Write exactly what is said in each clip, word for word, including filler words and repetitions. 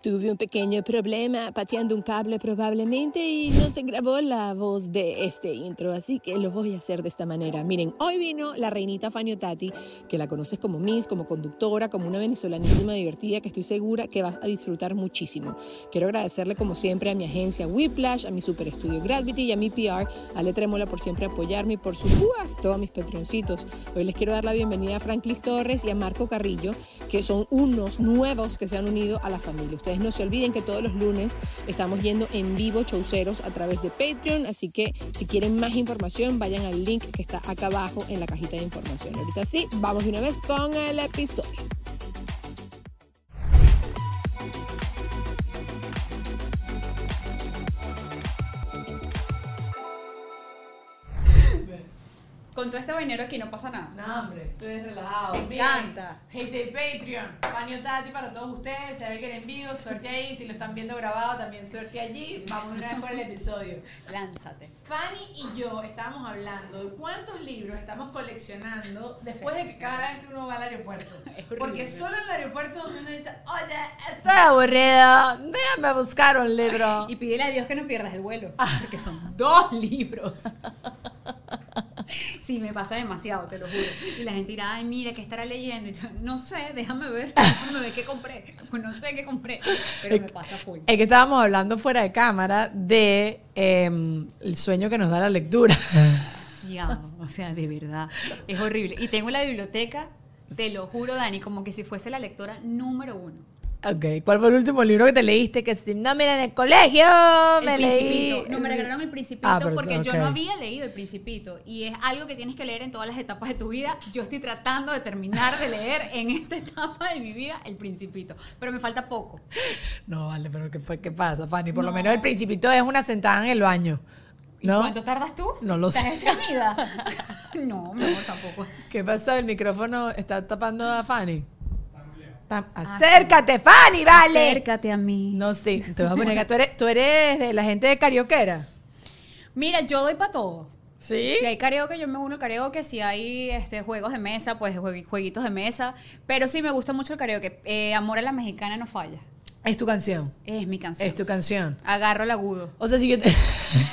Tuve un pequeño problema pateando un cable probablemente y no se grabó la voz de este intro, así que lo voy a hacer de esta manera. Miren, hoy vino la reinita Fanny Otati, que la conoces como Miss, como conductora, como una venezolanísima divertida que estoy segura que vas a disfrutar muchísimo. Quiero agradecerle como siempre a mi agencia Whiplash, a mi super estudio Gravity y a mi P R, a Ale Trémola por siempre apoyarme y por supuesto a mis patroncitos. Hoy les quiero dar la bienvenida a Franklin Torres y a Marco Carrillo, que son unos nuevos que se han unido a la familia. Ustedes no se olviden que todos los lunes estamos yendo en vivo showceros a través de Patreon, así que si quieren más información vayan al link que está acá abajo en la cajita de información. Ahorita sí, vamos de una vez con el episodio. Con todo este vainero aquí no pasa nada. No, hombre, estoy relajado. Me encanta. Gente de Patreon, Fanny Otati para todos ustedes. Si alguien en vivo, suerte ahí. Si lo están viendo grabado, también suerte allí. Vamos una vez con el episodio. Lánzate. Fanny y yo estábamos hablando de cuántos libros estamos coleccionando después de que cada vez que uno va al aeropuerto. Porque solo en el aeropuerto donde uno dice, oye, estoy aburrida, déjame buscar un libro. Y pídele a Dios que no pierdas el vuelo. Porque son dos libros. Sí, me pasa demasiado, te lo juro. Y la gente dirá, ay, mira, ¿qué estará leyendo? Y yo, no sé, déjame ver, déjame ver qué compré. Pues no sé qué compré, pero me pasa full. Es que estábamos hablando fuera de cámara de eh, el sueño que nos da la lectura. Demasiado, o sea, de verdad, es horrible. Y tengo la biblioteca, te lo juro, Dani, como que si fuese la lectora número uno. Ok, ¿cuál fue el último libro que te leíste? Que si, no, mira, en el colegio el me Principito. leí... No, me regalaron El Principito ah, pero, porque okay. yo no había leído El Principito y es algo que tienes que leer en todas las etapas de tu vida. Yo estoy tratando de terminar de leer en esta etapa de mi vida El Principito, pero me falta poco. No, vale, pero ¿qué fue? ¿Qué pasa, Fanny? Por no. lo menos El Principito es una sentada en el baño. ¿No? ¿Y cuánto tardas tú? No lo sé. ¿Estás estreñida? No, mi amor, tampoco. ¿Qué pasó? ¿El micrófono está tapando a Fanny? Acércate, Fanny, vale. Acércate a mí. No sé, te voy a poner acá. ¿Tú eres, tú eres de la gente de karaokeera? Mira, yo doy para todo. ¿Sí? Si hay karaoke, yo me uno al karaoke. Si hay este, juegos de mesa, pues jueguitos de mesa. Pero sí me gusta mucho el karaoke. Eh, Amor a la Mexicana no falla. Es tu canción. Es mi canción. Es tu canción. Agarro el agudo. O sea, si yo te...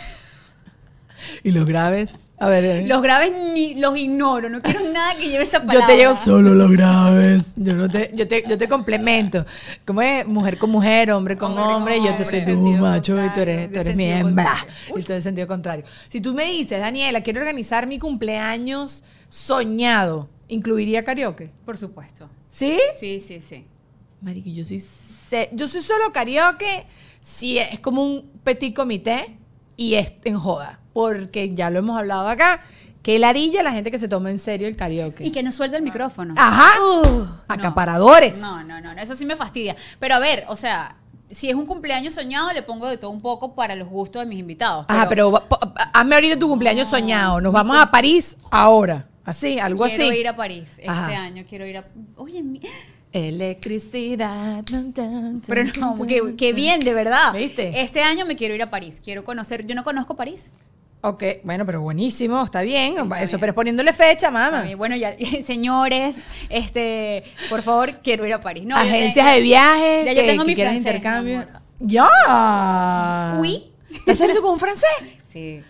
¿Y los graves? A ver, eh. Los graves ni los ignoro, no quiero nada que lleve esa palabra. Yo te llevo solo los graves. Yo no te, yo te, yo te complemento. ¿Cómo es? Mujer con mujer, hombre con hombre, hombre y yo te soy tu macho y tú eres, tú eres mi hembra. Y todo en sentido contrario. Si tú me dices, Daniela, quiero organizar mi cumpleaños soñado, ¿incluiría karaoke? Por supuesto. ¿Sí? Sí, sí, sí. Marica, yo soy, se, yo soy solo karaoke si es como un petit comité y es en joda. Porque ya lo hemos hablado acá, que ladilla la gente que se toma en serio el karaoke. Y que no suelta el micrófono. Ajá. Uh, acaparadores. No, no, no, no, eso sí me fastidia. Pero a ver, o sea, si es un cumpleaños soñado, le pongo de todo un poco para los gustos de mis invitados. Ajá, pero, pero hazme ahorita tu cumpleaños no, soñado. Nos vamos a París ahora. Así, algo quiero así. Quiero ir a París este Ajá. año. Quiero ir a... Oye, mi... Electricidad. Dun, dun, dun, pero no, qué, qué bien, de verdad. ¿Viste? Este año me quiero ir a París. Quiero conocer... Yo no conozco París. Ok, bueno, pero buenísimo, está bien. Está Eso, bien. pero es poniéndole fecha, mamá. Bueno, ya, señores, este, por favor, quiero ir a París. No, agencias tengo, de viajes, ya que, yo tengo que mi quieren francés, intercambio. ¡Ya! ¿Oui? ¿Estás saliendo con un francés? Sí.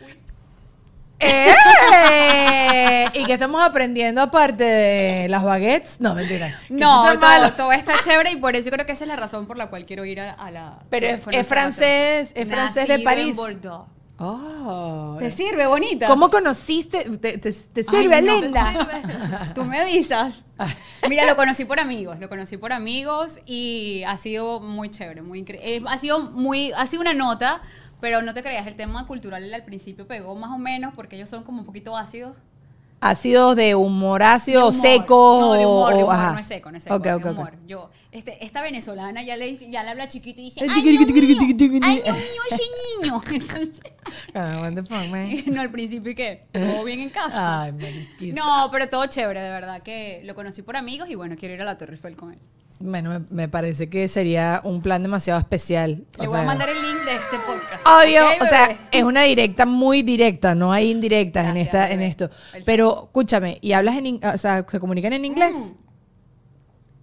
¡Eh! ¿Y qué estamos aprendiendo aparte de las baguettes? No, mentira. No, todo, todo está chévere y por eso creo que esa es la razón por la cual quiero ir a, a la... Pero es, es francés, es francés de París. En Bordeaux. Oh. ¿Te sirve, bonita? ¿Cómo conociste? ¿Te, te, te sirve, Ay, no, linda? te sirve. Tú me avisas. Mira, lo conocí por amigos, lo conocí por amigos y ha sido muy chévere, muy increíble. Ha sido muy, ha sido una nota, pero no te creas, el tema cultural al principio pegó más o menos porque ellos son como un poquito ácidos. ¿Ácidos de humor ácido o seco? No, de humor, de humor, ajá. no es seco, no es seco, okay, de okay, humor. Okay. Yo, este, esta venezolana ya le, dice, ya le habla chiquito y dice, ¡ay, Dios mío! ¡Ay, Dios mío, ese niño! Entonces, oh, what the fuck, man? no, al principio, ¿y qué? ¿Todo bien en casa? Ay, marisquista. No, pero todo chévere, de verdad, que lo conocí por amigos y bueno, quiero ir a la Torre Eiffel con él. Bueno, me, me parece que sería un plan demasiado especial. Le o voy sea, a mandar el link de este podcast. Obvio, ¿Okay, o sea, bebé? es una directa muy directa, no hay indirectas en Gracias, esta, bebé. en esto. El Pero escúchame, ¿y hablas en, in- o sea, se comunican en inglés?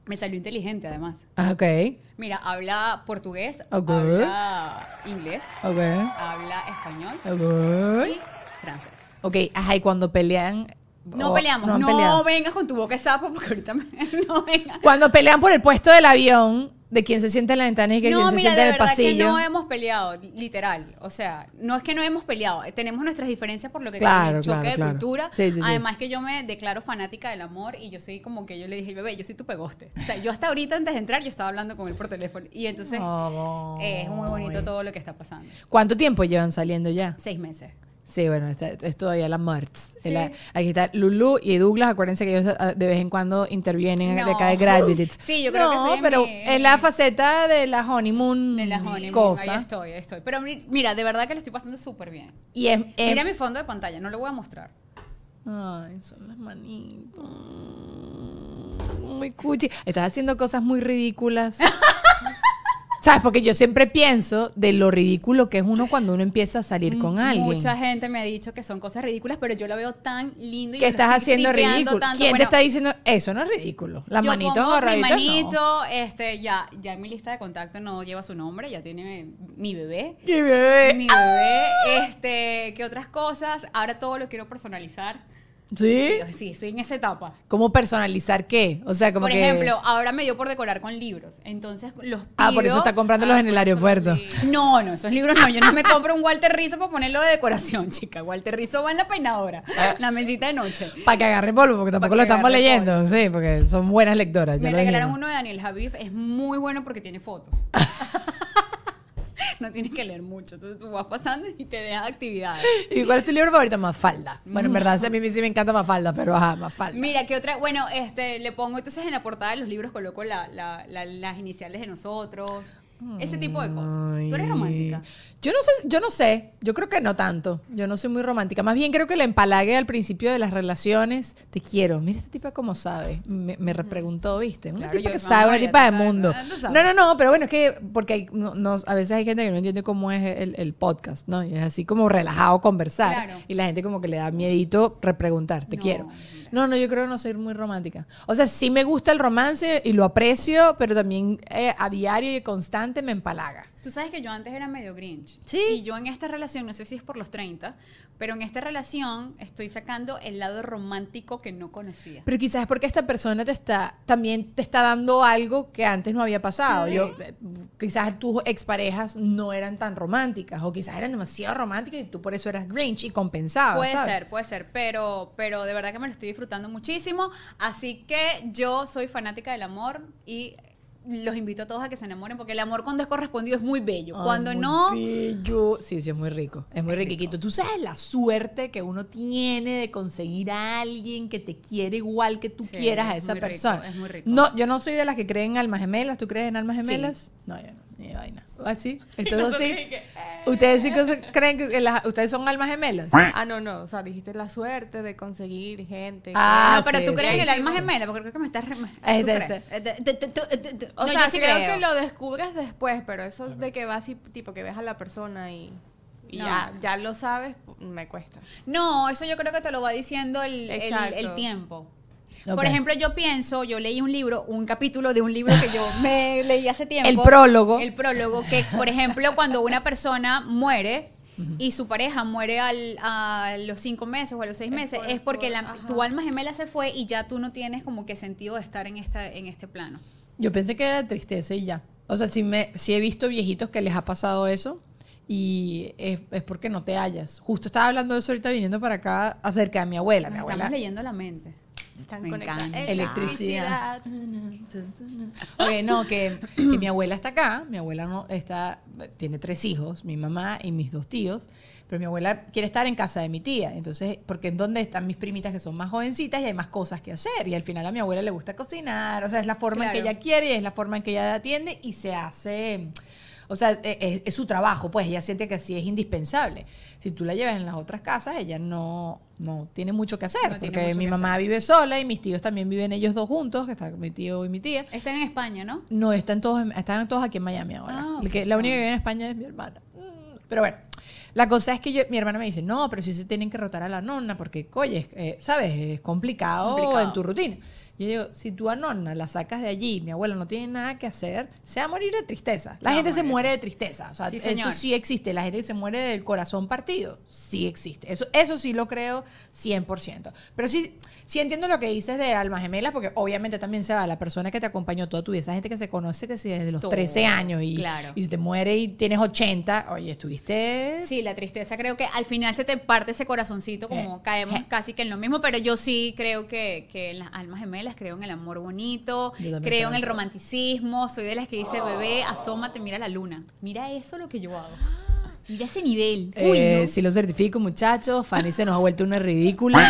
Me salió inteligente, además. Ah, ok. Mira, habla portugués, Ok. habla inglés, Ok. habla español Ok. y francés. Ok, ajá, y cuando pelean... No o- peleamos, han no, peleado. vengas con tu boca de sapo porque ahorita me, no vengas. Cuando pelean por el puesto del avión, de quién se siente en la ventana y que No, quién se mira, siente de en el verdad que pasillo. no hemos peleado, literal. O sea, no es que no hemos peleado, tenemos nuestras diferencias por lo que Claro, el choque claro, de claro. cultura. Sí, sí, sí. Además que yo me declaro fanática del amor y yo soy como que yo le dije, bebé, yo soy tu pegoste. O sea, yo hasta ahorita antes de entrar yo estaba hablando con él por teléfono y entonces Ay. eh, es muy bonito todo lo que está pasando. ¿Cuánto tiempo llevan saliendo ya? Seis meses. Sí, bueno, está, es todavía la Marts. Sí. La- aquí está Lulu y Douglas. Acuérdense que ellos ah, de vez en cuando intervienen de No. acá de Graduates. Sí, yo creo que No, estoy en pero mi- en es la mi- faceta de la honeymoon, De la honeymoon, cosa. ahí estoy, ahí estoy. Pero mi- mira, de verdad que lo estoy pasando súper bien. Y es, es- Mira mi fondo de pantalla, no lo voy a mostrar. Ay, son las manitos. Muy cuchi. Estás haciendo cosas muy ridículas. ¿Sabes? Porque yo siempre pienso de lo ridículo que es uno cuando uno empieza a salir con alguien. Mucha gente me ha dicho que son cosas ridículas, pero yo lo veo tan lindo y que me lo estás estoy haciendo tripeando ridículo. tanto. ¿Quién Bueno, te está diciendo eso? No es ridículo. Las yo manitos pongo mi agarraditas, no. manito, este, ya, ya en mi lista de contacto no lleva su nombre, ya tiene mi bebé. Mi bebé. Mi bebé, este, ¿qué otras cosas? Ahora todo lo quiero personalizar. ¿Sí? Sí, estoy en esa etapa. ¿Cómo personalizar qué? O sea, como Por que... ejemplo, ahora me dio por decorar con libros. Entonces los pido. Ah, por eso está comprándolos Ah, en el por eso los aeropuerto. pido. No, no, esos libros no. Yo no me compro un Walter Rizzo para ponerlo de decoración, chica. Walter Rizzo va en la peinadora, la mesita de noche. Para que agarre polvo, porque tampoco que lo estamos agarre leyendo. Sí, porque son buenas lectoras. Me ya lo regalaron dijimos. uno de Daniel Javif, es muy bueno porque tiene fotos. No tienes que leer mucho, entonces tú vas pasando y te deja actividades. ¿Y cuál es tu libro favorito? Mafalda. Bueno, en verdad a mí sí me encanta Mafalda, pero ajá, Mafalda. Mira, ¿qué otra? Bueno, este, le pongo entonces en la portada de los libros coloco la- la- la- las iniciales de nosotros, ese tipo de cosas. ¿Tú eres Ay. romántica? Yo no sé, yo no sé, yo creo que no tanto. Yo no soy muy romántica. Más bien creo que la empalague al principio de las relaciones. Te quiero. Mira esta tipa como sabe. Me, me repreguntó, ¿viste? Una Claro, tipa yo- que no, sabe, una María, tipa tú de sabes, mundo. ¿no? Tú sabes. No, no, no, pero bueno, es que porque hay, no, no- a veces hay gente que no entiende cómo es el, el podcast, ¿no? Y es así como relajado conversar. Claro. Y la gente como que le da miedito repreguntar, te No, quiero. mira. No, no, yo creo que no soy muy romántica. O sea, sí me gusta el romance y lo aprecio, pero también eh, a diario y constante me empalaga. Tú sabes que yo antes era medio Grinch. Sí. Y yo en esta relación, no sé si es por los treinta, pero en esta relación estoy sacando el lado romántico que no conocía. Pero quizás es porque esta persona te está, también te está dando algo que antes no había pasado. Sí. Yo, eh, quizás tus exparejas no eran tan románticas, o quizás eran demasiado románticas y tú por eso eras Grinch y compensabas. Puede ¿sabes? ser, puede ser, pero, pero de verdad que me lo estoy disfrutando muchísimo. Así que yo soy fanática del amor y los invito a todos a que se enamoren porque el amor cuando es correspondido es muy bello. Ay, Cuando muy no, bello. Sí, sí, es muy rico. Es muy Es riquito. Tú sabes la suerte que uno tiene de conseguir a alguien que te quiere igual que tú Sí, quieras a es esa muy rico, persona. es muy rico. No, yo no soy de las que creen en almas gemelas. ¿Tú crees en almas gemelas? No, yo no. Ni vaina. ¿Así? ¿Esto sí? ¿Ustedes sí cose- creen que las- ustedes son almas gemelas? Ah, no, no. O sea, dijiste la suerte de conseguir gente. Ah, no, pero sí, tú crees sí, en el sí, alma sí. gemela porque creo que me estás... re- ¿tú Este, crees? este. Eh, te- te- te- te- te- O no, sea, yo sí creo, creo que lo descubres después, pero eso de que vas y tipo que ves a la persona y, y No. ya, ya lo sabes, me cuesta. No, eso yo creo que te lo va diciendo el, el- Exacto. el tiempo. Ok. Por ejemplo, yo pienso, yo leí un libro, un capítulo de un libro que yo me leí hace tiempo. El prólogo. El prólogo, que por ejemplo, cuando una persona muere y su pareja muere al, a los cinco meses o a los seis Es meses, por- es porque por- la- ajá. tu alma gemela se fue y ya tú no tienes como que sentido de estar en, esta, en este plano. Yo pensé que era tristeza y ya. O sea, sí, me, sí he visto viejitos que les ha pasado eso y es, es porque no te hallas. Justo estaba hablando de eso ahorita viniendo para acá acerca de mi abuela. Mi Nos abuela. estamos leyendo la mente. Están Me conectadas. encanta. Electricidad. Ok, no, que, que mi abuela está acá, mi abuela no está, tiene tres hijos, mi mamá y mis dos tíos, pero mi abuela quiere estar en casa de mi tía, entonces, porque es donde están mis primitas que son más jovencitas y hay más cosas que hacer, y al final a mi abuela le gusta cocinar, o sea, es la forma en que Claro. ella quiere y es la forma en que ella atiende y se hace... O sea, es, es- es su trabajo, pues ella siente que así es indispensable. Si tú la llevas en las otras casas, ella no, no tiene mucho que hacer, No tiene porque mucho mi que mamá hacer. vive sola y mis tíos también viven ellos dos juntos, que está mi tío y mi tía. Están en España, ¿no? No, están todos, en- están todos aquí en Miami ahora. Ah, El que- ok. la única que vive en España es mi hermana. Mm, Pero bueno, La cosa es que yo, mi hermana me dice, no, pero si se tienen que rotar a la nonna, porque, oye, eh, ¿sabes? Es complicado, Complicado. en tu rutina. Yo digo, si tú a nonna la sacas de allí, mi abuela no tiene nada que hacer, se va a morir de tristeza. La Se va gente a se morir. muere de tristeza. O sea, Sí, eso señor. sí existe. La gente que se muere del corazón partido, sí existe. Eso, eso sí lo creo cien por ciento. Pero sí, sí entiendo lo que dices de almas gemelas, porque obviamente también se va la persona que te acompañó toda tu vida. Esa gente que se conoce que si desde los Todo, trece años y, claro. y si te muere y tienes ochenta, oye, estuviste... Sí, la tristeza creo que al final se te parte ese corazoncito, como Eh, caemos eh. casi que en lo mismo, pero yo sí creo que, que en las almas gemelas creo en el amor bonito, Yo también creo creo en el en todo. romanticismo, soy de las que dice, bebé, asómate, mira la luna. Mira eso lo que yo hago. Mira ese nivel. Uy, Eh, ¿no? Si lo certifico, muchachos. Fanny se nos ha vuelto una ridícula.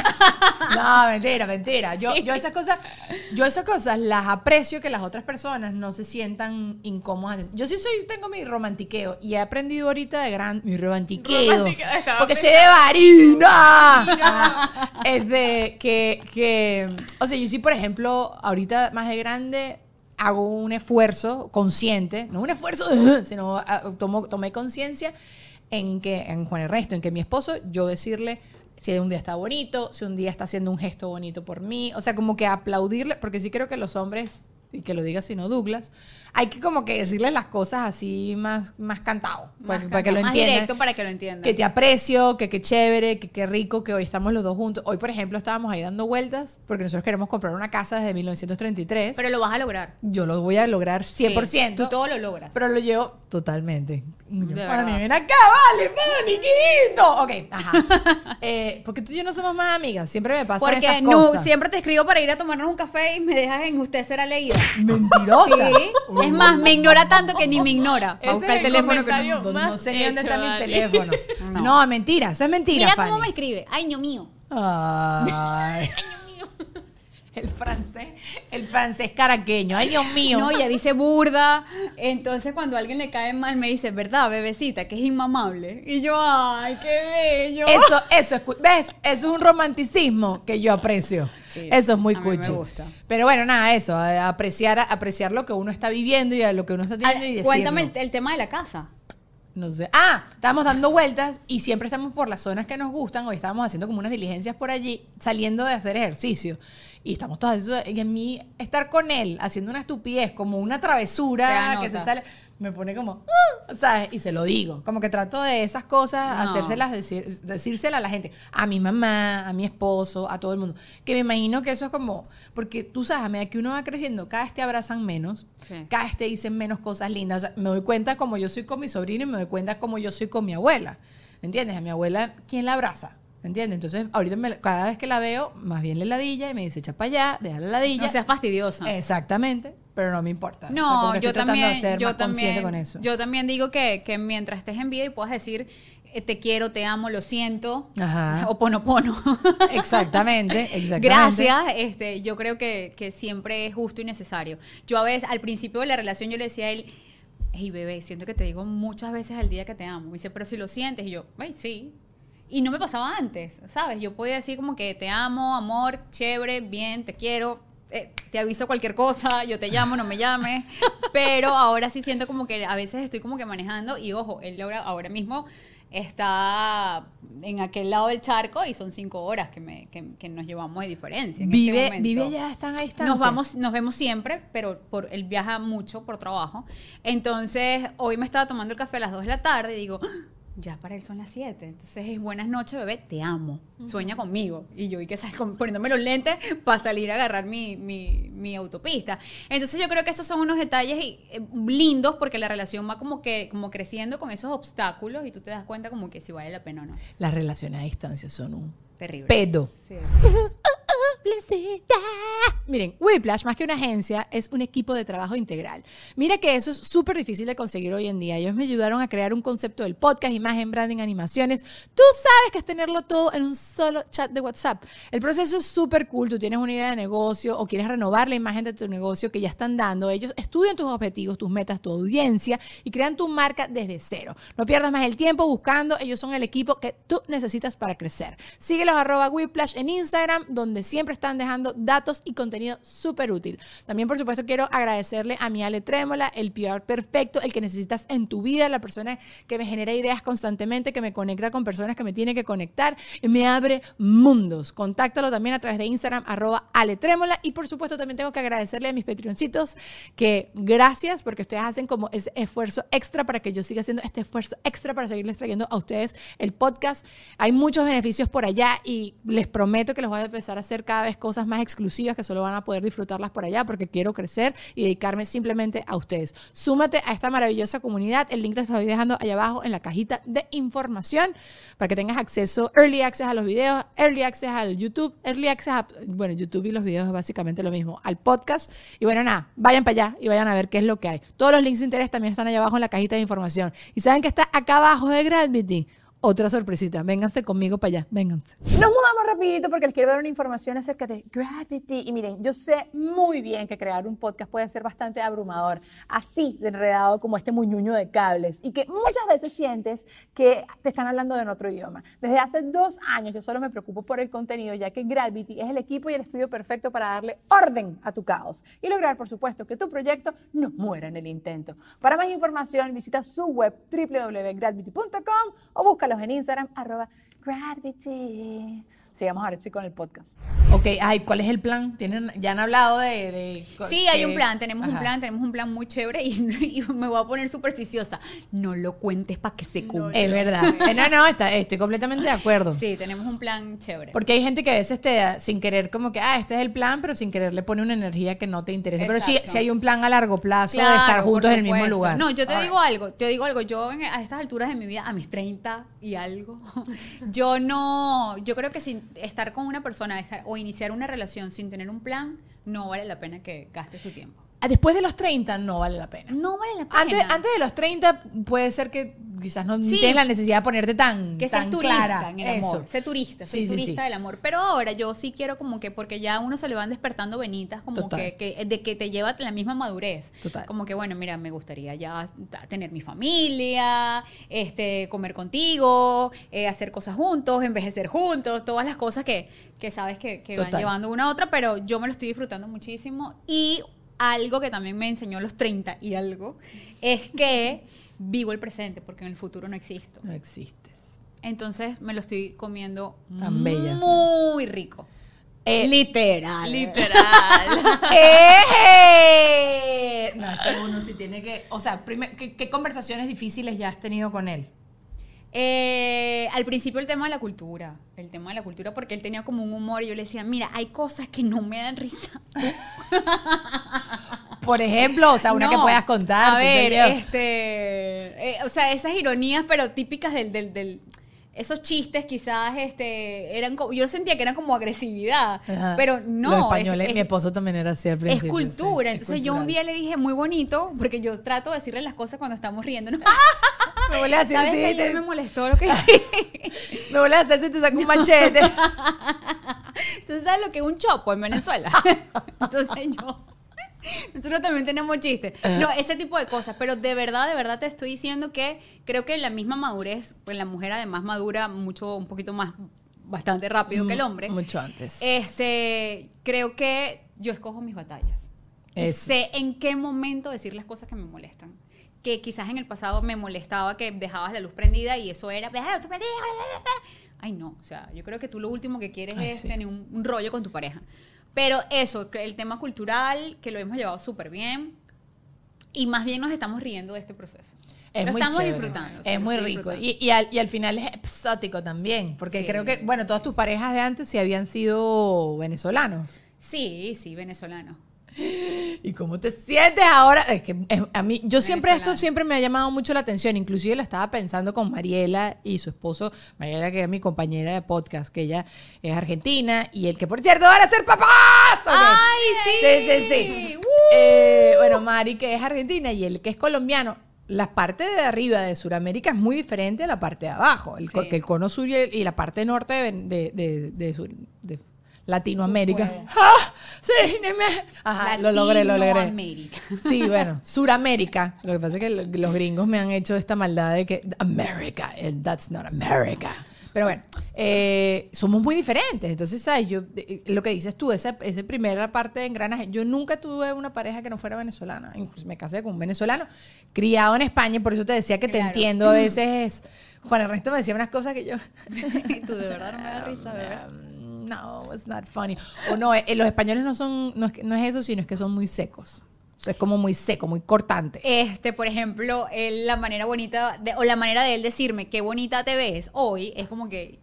No, mentira, mentira. Yo, yo esas cosas, yo esas cosas las aprecio que las otras personas no se sientan incómodas. Yo sí soy, tengo mi romantiqueo y he aprendido ahorita de gran mi romantiqueo. Romantiqueo, estaba Porque soy de varina. Ajá. Es de que, que, o sea, yo sí, por ejemplo, ahorita más de grande hago un esfuerzo consciente, no un esfuerzo, sino ah, tomo, tomé conciencia en que, en Juan Ernesto, en que mi esposo, yo decirle si un día está bonito, si un día está haciendo un gesto bonito por mí, o sea, como que aplaudirle, porque sí creo que los hombres, y que lo diga sino Douglas, hay que como que decirles las cosas así más, más cantado, para, Más para que lo más entiendan. directo para que lo entiendan. Que te aprecio, que qué chévere, que qué rico que hoy estamos los dos juntos. Hoy, por ejemplo, estábamos ahí dando vueltas porque nosotros queremos comprar una casa desde mil novecientos treinta y tres. Pero lo vas a lograr. Yo lo voy a lograr cien por ciento. Sí, tú todo lo logras. Pero lo llevo totalmente. De Fanny, verdad. ven acá, vale, Fanny, quito. Ok, ajá. Eh, porque tú y yo no somos más amigas. Siempre me pasa Porque estas no, cosas. siempre te escribo para ir a tomarnos un café y me dejas en usted será leída. Mentirosa. Sí. Es más, me ignora tanto que ni me ignora. Ese Va a buscar es el el teléfono que comentario. no. No, no Más sé ni dónde hecho, está mi Dani. teléfono. No. No. mentira. Eso es mentira, Mira Fanny. cómo me escribe. Ay, ño mío. Ay. El francés, el francés caraqueño. Ay, Dios mío. No, ella dice burda. Entonces, cuando a alguien le cae mal, me dice, ¿verdad, bebecita? Que es inmamable. Y yo, ay, qué bello. Eso, eso es, cu- ¿ves? Eso es un romanticismo que yo aprecio. Sí, Eso es muy a mí me cuchi. gusta. Pero bueno, nada, eso, a- apreciar, apreciar lo que uno está viviendo y a lo que uno está Ah, teniendo y decirlo. cuéntame el, el tema de la casa. No sé. Ah, estábamos dando vueltas y siempre estamos por las zonas que nos gustan. Hoy estábamos haciendo como unas diligencias por allí, saliendo de hacer ejercicio. Y estamos todas eso. Y en mí, estar con él haciendo una estupidez, como una Te travesura da que se nota. sale, me pone como, "Ah", ¿sabes? Y se lo digo. Como que trato de esas cosas, No. hacérselas, decir, decírselas a la gente. A mi mamá, a mi esposo, a todo el mundo. Que me imagino que eso es como, porque tú sabes, a medida que uno va creciendo, cada vez te abrazan menos, Sí. cada vez te dicen menos cosas lindas. O sea, me doy cuenta como yo soy con mi sobrino y me doy cuenta como yo soy con mi abuela. ¿Entiendes? A mi abuela, ¿quién la abraza? ¿Entiendes? Entonces, ahorita me- cada vez que la veo, más bien le ladilla y me dice, echa para allá, deja la ladilla. No seas fastidiosa. Exactamente, pero no me importa. O sea, No, como que yo estoy tratando también, de ser yo más consciente también, con eso. yo también digo que, que mientras estés en vida y puedas decir eh, te quiero, te amo, lo siento, Ajá. o ponopono. Exactamente, exactamente. Gracias, este, yo creo que, que siempre es justo y necesario. Yo a veces, al principio de la relación, yo le decía a él, hey bebé, siento que te digo muchas veces al día que te amo. Me dice, pero si lo sientes, y yo, ay, sí. Y no me pasaba antes, ¿sabes? Yo podía decir como que te amo, amor, chévere, bien, te quiero, eh, te aviso cualquier cosa, yo te llamo, no me llames. Pero ahora sí siento como que a veces estoy como que manejando y ojo, él ahora, ahora mismo está en aquel lado del charco y son cinco horas que, me, que, que nos llevamos de diferencia. En este Vive, momento. vive ya, están a distancia. Nos vamos, nos vemos siempre, pero por, él viaja mucho por trabajo. Entonces, hoy me estaba tomando el café a las dos de la tarde y digo, ¡ah! Ya para él son las siete. Entonces es buenas noches, bebé, te amo. Sueña conmigo. Y yo vi que sal, con- poniéndome los lentes para salir a agarrar mi, mi, mi autopista. Entonces yo creo que esos son unos detalles y, eh, lindos porque la relación va como que como creciendo con esos obstáculos y tú te das cuenta como que si vale la pena o no. Las relaciones a distancia son un Terrible. pedo. Sí. Miren, Whiplash, más que una agencia, es un equipo de trabajo integral. Mira que eso es súper difícil de conseguir hoy en día. Ellos me ayudaron a crear un concepto del podcast, imagen, branding, animaciones. Tú sabes que es tenerlo todo en un solo chat de WhatsApp. El proceso es súper cool. Tú tienes una idea de negocio o quieres renovar la imagen de tu negocio que ya están dando. Ellos estudian tus objetivos, tus metas, tu audiencia y crean tu marca desde cero. No pierdas más el tiempo buscando. Ellos son el equipo que tú necesitas para crecer. Síguelos arroba Whiplash en Instagram, donde siempre están dejando datos y contenido súper útil. También, por supuesto, quiero agradecerle a mi Ale Trémola, el P R perfecto, el que necesitas en tu vida, la persona que me genera ideas constantemente, que me conecta con personas que me tiene que conectar y me abre mundos. Contáctalo también a través de Instagram, arroba Ale Trémola. Y, por supuesto, también tengo que agradecerle a mis Patreoncitos que gracias porque ustedes hacen como ese esfuerzo extra para que yo siga haciendo este esfuerzo extra para seguirles trayendo a ustedes el podcast. Hay muchos beneficios por allá y les prometo que les voy a empezar a hacer cada vez cosas más exclusivas que solo van a poder disfrutarlas por allá porque quiero crecer y dedicarme simplemente a ustedes. Súmate a esta maravillosa comunidad. El link te lo estoy dejando allá abajo en la cajita de información para que tengas acceso, early access a los videos, early access al YouTube, early access a, bueno, YouTube y los videos es básicamente lo mismo, al podcast. Y bueno, nada, vayan para allá y vayan a ver qué es lo que hay. Todos los links de interés también están allá abajo en la cajita de información. ¿Y saben que está acá abajo de Gravity? Otra sorpresita. Vénganse conmigo para allá. Vénganse. Nos mudamos rapidito porque les quiero dar una información acerca de Gravity. Y miren, yo sé muy bien que crear un podcast puede ser bastante abrumador, así de enredado como este muñuño de cables, y que muchas veces sientes que te están hablando en otro idioma. Desde hace dos años yo solo me preocupo por el contenido, ya que Gravity es el equipo y el estudio perfecto para darle orden a tu caos y lograr, por supuesto, que tu proyecto no muera en el intento. Para más información, visita su web doble u doble u doble u punto gravity punto com o busca en Instagram, arroba Gravity. Sigamos ahora sí con el podcast. Ok, ay, ¿cuál es el plan? ¿Tienen, ya han hablado de...? de sí, que, hay un plan, tenemos ajá. un plan, tenemos un plan muy chévere y, y me voy a poner supersticiosa. No lo cuentes para que se cumpla. Es verdad. Eh, no, no, está, estoy completamente de acuerdo. Sí, tenemos un plan chévere. Porque hay gente que a veces te da, sin querer, como que, ah, este es el plan, pero sin querer le pone una energía que no te interesa. Exacto. Pero sí, sí hay un plan a largo plazo claro, de estar juntos en el mismo lugar. No, yo te All digo right. algo, te digo algo. Yo en, a estas alturas de mi vida, a mis treinta y algo, yo no, yo creo que sin estar con una persona estar, o iniciar una relación sin tener un plan, no vale la pena que gastes tu tiempo. Después de los treinta no vale la pena. No vale la pena. Antes, antes de los treinta puede ser que quizás no sí, tienes la necesidad de ponerte tan que seas tan turista clara. en el amor. Eso. Sé turista, soy sí, sí, turista sí. del amor. Pero ahora yo sí quiero como que, porque ya a uno se le van despertando venitas como que, que de que te lleva la misma madurez. Total. Como que, bueno, mira, me gustaría ya tener mi familia, este, comer contigo, eh, hacer cosas juntos, envejecer juntos, todas las cosas que, que sabes que, que van llevando una a otra, pero yo me lo estoy disfrutando muchísimo. Y algo que también me enseñó a los treinta y algo es que vivo el presente porque en el futuro no existo. No existes. Entonces me lo estoy comiendo tan bella, muy rico. Eh, literal. Literal. ¡Eh! No, es que uno sí tiene que... O sea, primer, ¿qué, ¿qué conversaciones difíciles ya has tenido con él? Eh, al principio el tema de la cultura, el tema de la cultura porque él tenía como un humor y yo le decía, mira, hay cosas que no me dan risa. Por ejemplo, o sea, una no, que puedas contar. A ver, yo. este, eh, o sea, esas ironías, pero típicas del, del, del esos chistes quizás, este, eran como, yo sentía que eran como agresividad, Ajá. pero no. Los españoles, es, mi esposo también era así al principio. Es cultura, sí, entonces es yo un cultural. día le dije muy bonito, porque yo trato de decirle las cosas cuando estamos riendo, ¿no? Me vuelve a hacer ¿Sabes sí, que te- ayer me molestó lo que dije? Me vuelve a hacer eso y te saco un machete. ¿Tú sabes lo que es un chopo en Venezuela? Entonces yo... Nosotros también tenemos chistes. No, ese tipo de cosas. Pero de verdad, de verdad te estoy diciendo que creo que la misma madurez, pues la mujer además madura mucho, un poquito más, bastante rápido que el hombre. Mucho antes. Este, creo que yo escojo mis batallas. Y Eso. sé en qué momento decir las cosas que me molestan. Que quizás en el pasado me molestaba que dejabas la luz prendida y eso era, deja la luz prendida. Ay, no. O sea, yo creo que tú lo último que quieres Ay, es sí. tener un, un rollo con tu pareja. Pero eso, el tema cultural, que lo hemos llevado súper bien. Y más bien nos estamos riendo de este proceso. Es lo muy estamos chévere. disfrutando. o sea, Es lo muy estoy rico. disfrutando. Y, y, al, y al final es exótico también. Porque Sí. creo que, bueno, todas tus parejas de antes sí habían sido venezolanos. Sí, sí, venezolano. ¿Y cómo te sientes ahora? Es que es- a mí, yo siempre esto Venezolano. siempre me ha llamado mucho la atención. Inclusive la estaba pensando con Mariela y su esposo, Mariela, que era mi compañera de podcast, que ella es argentina y el que, por cierto, van a ser papás. Ok. ¡Ay, sí! Sí, sí, sí. ¡Uh! Eh, bueno, Mari, que es argentina, y el que es colombiano. La parte de arriba de Sudamérica es muy diferente a la parte de abajo. El, co- Sí. que el cono sur y, el- y la parte norte de, de, de- de Sur- de Latinoamérica. Tú puedes. ¡Ah! Sí, no me- Ajá, lo logré, lo logré. Latinoamérica. Sí, bueno, Suramérica. Lo que pasa es que lo- los gringos me han hecho esta maldad de que America, and that's not America. Pero bueno, eh, somos muy diferentes. Entonces, ¿sabes? Yo, eh, lo que dices tú, esa, esa primera parte de engranaje, yo nunca tuve una pareja que no fuera venezolana. Incluso me casé con un venezolano, criado en España, por eso te decía que Claro. te entiendo. A veces, Juan Ernesto me decía unas cosas que yo... Tú de verdad no me da risa, ¿verdad? Um, no, it's not funny. O no, eh, los españoles no son, no es, que- no es eso, sino es que son muy secos. O sea, es como muy seco, muy cortante. Este, por ejemplo, él, la manera bonita, de- o la manera de él decirme qué bonita te ves hoy, es como que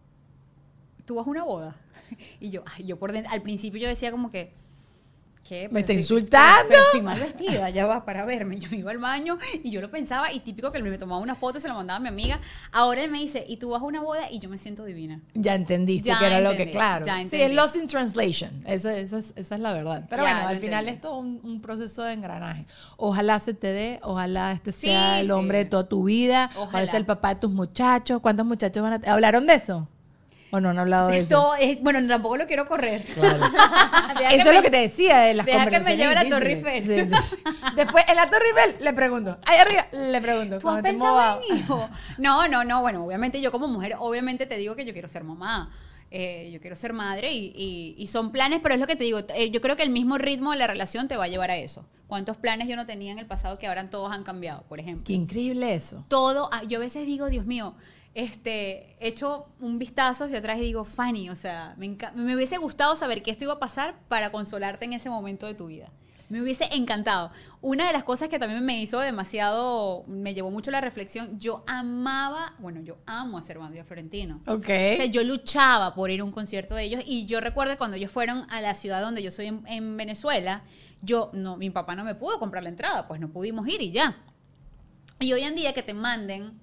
tú vas a una boda. Y yo, ay, yo por dentro, al principio yo decía como que, ¿qué? Me Pero está estoy- insultando. Pero, pero estoy mal vestida, ya va para verme. Yo me iba al baño y yo lo pensaba, y típico que él me tomaba una foto y se la mandaba a mi amiga. Ahora él me dice, y tú vas a una boda y yo me siento divina. Ya entendiste Ya que era lo que, entendí, claro. ya Sí, entendí. es lost in translation. Esa, esa es, esa es la verdad. Pero Ya, bueno, lo al final entendí. es todo un, un proceso de engranaje. Ojalá se te dé, ojalá este Sí, sea el sí. hombre de toda tu vida, Ojalá. ojalá sea el papá de tus muchachos. ¿Cuántos muchachos van a...? ¿Hablaron de eso? ¿O no han hablado de eso? Esto es- bueno, tampoco lo quiero correr. Claro. Deja Eso es me- lo que te decía de las deja que me conversaciones lleve a la Torre difíciles. Eiffel. Sí, sí. Después, en la Torre Eiffel, le pregunto. Ahí arriba, le pregunto. ¿Tú has cuando esté pensado embobado. en hijo? No, no, no. Bueno, obviamente yo como mujer, obviamente te digo que yo quiero ser mamá. Eh, yo quiero ser madre y, y- y son planes, pero es lo que te digo. eh, yo creo que el mismo ritmo de la relación te va a llevar a eso. ¿Cuántos planes yo no tenía en el pasado que ahora todos han cambiado, por ejemplo? Qué increíble eso. Todo, ah, yo a veces digo, Dios mío, este, echo un vistazo hacia atrás y digo, Fanny, o sea, me, enca- me hubiese gustado saber que esto iba a pasar para consolarte en ese momento de tu vida. Me hubiese encantado. Una de las cosas que también me hizo demasiado, me llevó mucho a la reflexión, yo amaba, bueno, yo amo a Servando y a Florentino. Ok. O sea, yo luchaba por ir a un concierto de ellos y yo recuerdo cuando ellos fueron a la ciudad donde yo soy en, en Venezuela, yo, no, mi papá no me pudo comprar la entrada, pues no pudimos ir y ya. Y hoy en día que te manden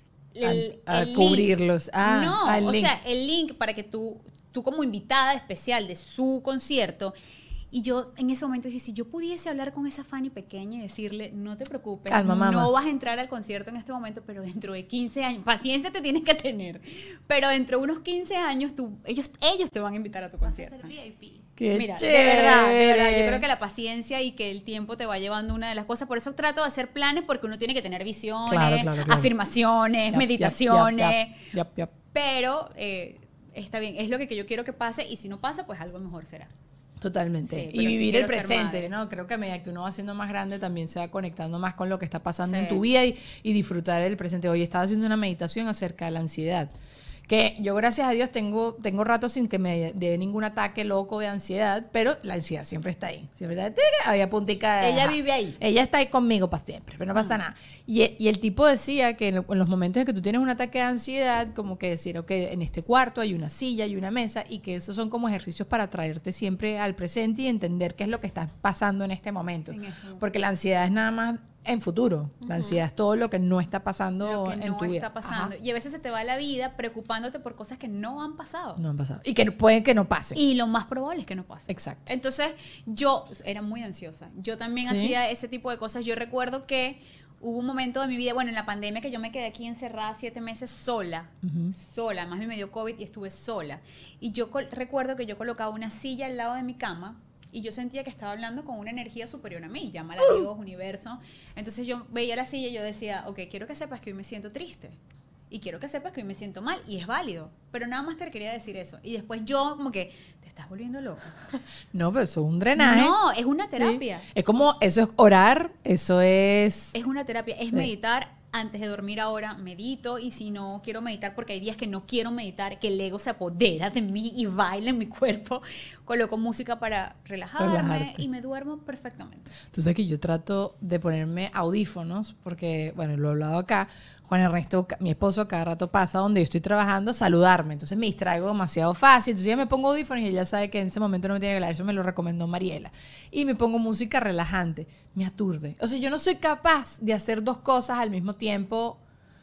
el, a el link. cubrirlos. Ah, no, ah, el o link. sea, el link para que tú, tú como invitada especial de su concierto. Y yo en ese momento dije, si yo pudiese hablar con esa Fanny pequeña y decirle, no te preocupes, Calma, mamá. no vas a entrar al concierto en este momento, pero dentro de quince años, paciencia te tienes que tener, pero dentro de unos quince años, tú, ellos, ellos te van a invitar a tu concierto. Qué Mira, de verdad, de verdad, yo chévere. creo que la paciencia y que el tiempo te va llevando una de las cosas. Por eso trato de hacer planes, porque uno tiene que tener visiones, Claro, claro, claro. afirmaciones, Yap, meditaciones, yap, yap, yap, yap. pero eh, está bien, es lo que yo quiero que pase y si no pasa, pues algo mejor será. Totalmente. Sí, y pero sí vivir el quiero ser presente, madre. ¿no? Creo que a medida que uno va siendo más grande también se va conectando más con lo que está pasando Sí. en tu vida y, y disfrutar el presente. Hoy estaba haciendo una meditación acerca de la ansiedad. Que yo, gracias a Dios, tengo, tengo rato sin que me dé ningún ataque loco de ansiedad, pero la ansiedad siempre está ahí. Siempre está ahí, a puntica de- Ella ajá. vive ahí. Ella está ahí conmigo para siempre, pero no pasa nada. Y, e- y el tipo decía que en, lo- en los momentos en que tú tienes un ataque de ansiedad, como que decir, ok, en este cuarto hay una silla y una mesa, y que esos son como ejercicios para traerte siempre al presente y entender qué es lo que está pasando en este momento. En este momento. Porque la ansiedad es nada más en futuro. La ansiedad es todo lo que no está pasando Lo que en no tu vida. está pasando. Ajá. Y a veces se te va la vida preocupándote por cosas que no han pasado. No han pasado. Y que pueden que no pasen. Y lo más probable es que no pase. Exacto. Entonces, yo era muy ansiosa. Yo también ¿Sí? hacía ese tipo de cosas. Yo recuerdo que hubo un momento de mi vida, bueno, en la pandemia, que yo me quedé aquí encerrada siete meses sola. Ujú. Sola. Además, me dio COVID y estuve sola. Y yo col- recuerdo que yo colocaba una silla al lado de mi cama y yo sentía que estaba hablando con una energía superior a mí. Llámala Dios, universo. Entonces, yo veía la silla y yo decía, ok, quiero que sepas que hoy me siento triste. Y quiero que sepas que hoy me siento mal. Y es válido. Pero nada más te quería decir eso. Y después yo como que, te estás volviendo loca. No, pero eso es un drenaje. No, es una Sí. terapia. Es como, eso es orar, eso es... Es una terapia, es Sí. meditar. Antes de dormir ahora medito, y si no quiero meditar, porque hay días que no quiero meditar, que el ego se apodera de mí y baila en mi cuerpo, coloco música para relajarme Relajarte. y me duermo perfectamente. Tú sabes que yo trato de ponerme audífonos, porque, bueno, lo he hablado acá, Juan Ernesto, ca- mi esposo, cada rato pasa donde yo estoy trabajando a saludarme, entonces me distraigo demasiado fácil, entonces ya me pongo audífonos y ella sabe que en ese momento no me tiene que hablar, eso me lo recomendó Mariela, y me pongo música relajante, me aturde. O sea, yo no soy capaz de hacer dos cosas al mismo tiempo,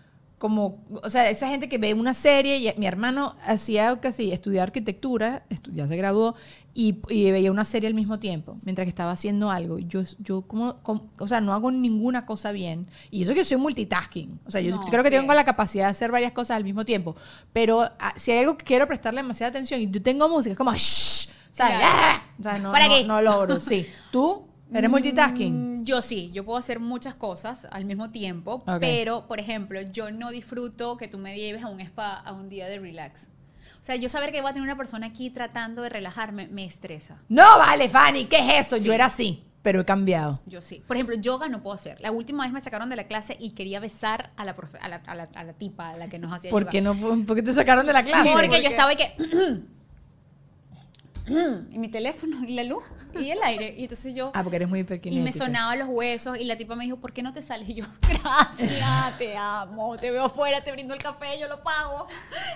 como, o sea, esa gente que ve una serie, y mi hermano hacía casi estudiar arquitectura, estu- ya se graduó, y, y veía una serie al mismo tiempo, mientras que estaba haciendo algo. Y yo, yo como, como- o sea, no hago ninguna cosa bien. Y eso que yo soy multitasking. O sea, yo No, creo que sí. tengo la capacidad de hacer varias cosas al mismo tiempo. Pero ah, si hay algo que quiero prestarle demasiada atención y yo tengo música, es como, shh, o sea, Claro. ¡ah! O sea, no, ¿Para no- qué? no logro, sí. ¿Tú? ¿Eres multitasking? Mm, Yo sí, yo puedo hacer muchas cosas al mismo tiempo, Ok. pero, por ejemplo, yo no disfruto que tú me lleves a un spa, a un día de relax. O sea, yo saber que voy a tener una persona aquí tratando de relajarme me estresa. No, vale, Fanny, ¿qué es eso? Sí. Yo era así, pero he cambiado. Yo sí. Por ejemplo, yoga no puedo hacer. La última vez me sacaron de la clase y quería besar a la, profe- a la, a la, a la tipa, a la que nos hacía ¿Por yoga. qué, no, ¿Por qué te sacaron de la clase? Porque yo estaba y que... y mi teléfono, y la luz, y el aire. Y entonces yo... Ah, porque eres muy Y hiperkinética. me sonaban los huesos y la tipa me dijo, ¿por qué no te sales? Y yo, gracias, te amo, te veo afuera, te brindo el café, yo lo pago.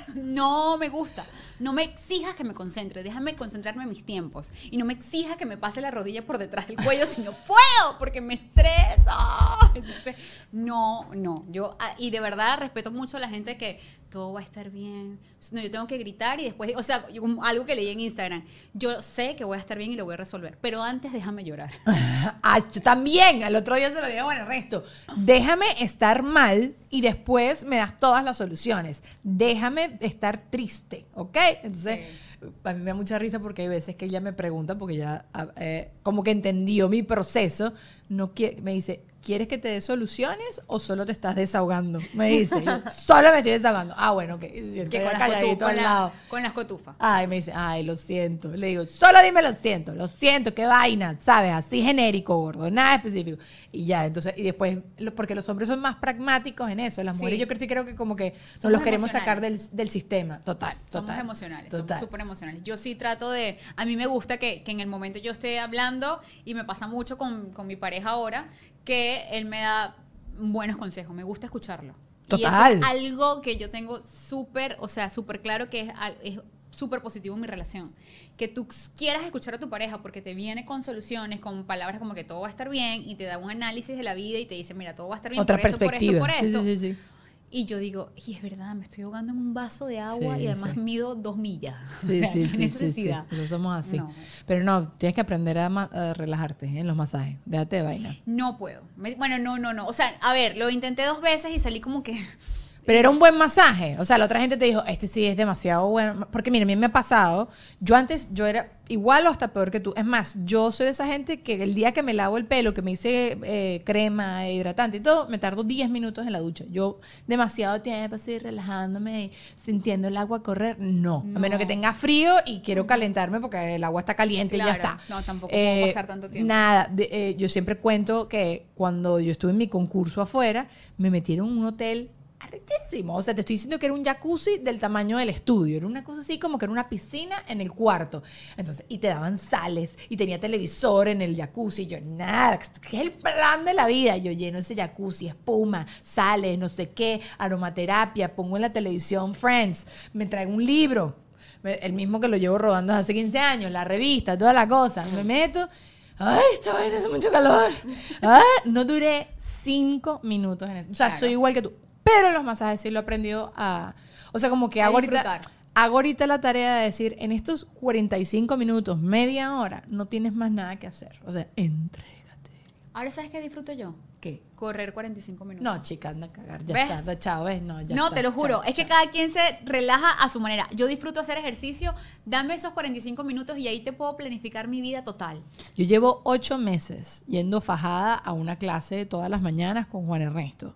No me gusta. No me exijas que me concentre, déjame concentrarme en mis tiempos. Y no me exijas que me pase la rodilla por detrás del cuello si no puedo, porque me estresa. Entonces, no, no. Yo, ah, y de verdad respeto mucho a la gente que todo va a estar bien. No, yo tengo que gritar y después, o sea, yo- algo que leí en Instagram, yo sé que voy a estar bien y lo voy a resolver, pero antes déjame llorar. Ah, yo también. Al otro día se lo dije, bueno, resto. Déjame estar mal y después me das todas las soluciones. Déjame estar triste, ¿ok? Entonces, a mí me da mucha risa porque hay veces que ella me pregunta, porque ya ah, eh, como que entendió mi proceso, no quiere, me dice, ¿quieres que te dé soluciones o solo te estás desahogando? Me dice, yo, solo me estoy desahogando. Ah, bueno, ok. Y siento Que ya con las, calladito cotu- al con, lado. la, con las cotufas. Ay, me dice, ay, lo siento. Le digo, solo dime lo siento, lo siento, qué vaina, ¿sabes? Así genérico, gordo, nada específico. Y ya, entonces, y después, lo- porque los hombres son más pragmáticos en eso, las mujeres Sí. yo creo, sí creo que como que nos Somos los queremos sacar del, emocionales. del sistema. Total, total. Somos emocionales, total. somos súper emocionales. Yo sí trato de, a mí me gusta que, que en el momento yo esté hablando, y me pasa mucho con, con mi pareja ahora, que él me da buenos consejos, me gusta escucharlo. Total. Y eso es algo que yo tengo súper, o sea, súper claro que es, al- es súper positivo en mi relación. Que tú quieras escuchar a tu pareja porque te viene con soluciones, con palabras como que todo va a estar bien, y te da un análisis de la vida y te dice, mira, todo va a estar bien Otra por esto, por esto, perspectiva. por Sí, esto. sí, sí, sí. Y yo digo, y es verdad, me estoy ahogando en un vaso de agua Sí, y además sí. mido dos millas. Sí, O sea, sí, no hay sí, sí, sí. necesidad. No somos así. No. Pero no, tienes que aprender a, ma- a relajarte ¿eh? en los masajes. Déjate de vaina. No puedo. Me- bueno, no, no, no. O sea, a ver, lo intenté dos veces y salí como que... Pero era un buen masaje. O sea, la otra gente te dijo, este sí es demasiado bueno. Porque mira, a mí me ha pasado. Yo antes, yo era igual o hasta peor que tú. Es más, yo soy de esa gente que el día que me lavo el pelo, que me hice eh, crema, hidratante y todo, me tardo diez minutos en la ducha. Yo demasiado tiempo así relajándome y sintiendo el agua correr. No. A No. menos que tenga frío y quiero calentarme porque el agua está caliente y ya Claro. está. No, tampoco puedo pasar tanto tiempo. Nada. de- eh, yo siempre cuento que cuando yo estuve en mi concurso afuera, me metieron en un hotel arrechísimo. O sea, te estoy diciendo que era un jacuzzi del tamaño del estudio. Era una cosa así como que era una piscina en el cuarto. Entonces, y te daban sales y tenía televisor en el jacuzzi. Y yo, nada, ¿qué es el plan de la vida? Yo lleno ese jacuzzi, espuma, sales, no sé qué, aromaterapia, pongo en la televisión Friends, me traigo un libro, me- el mismo que lo llevo rodando desde hace quince años, la revista, toda la cosa. Me meto. Ay, esta vaina hace mucho calor. Ay, no duré cinco minutos en eso. O sea, Claro. soy igual que tú. Pero los masajes sí lo he aprendido a... O sea, como que A hago ahorita, disfrutar. hago ahorita la tarea de decir, en estos cuarenta y cinco minutos, media hora, no tienes más nada que hacer. O sea, entrégate. Ahora, ¿sabes qué disfruto yo? ¿Qué? Correr cuarenta y cinco minutos. No, chica, anda a cagar. Ya ¿Ves? está, da- chao, ¿ves? No, ya no, está, te lo juro. chao, es que chao. cada quien se relaja a su manera. Yo disfruto hacer ejercicio. Dame esos cuarenta y cinco minutos y ahí te puedo planificar mi vida total. Yo llevo ocho meses yendo fajada a una clase todas las mañanas con Juan Ernesto.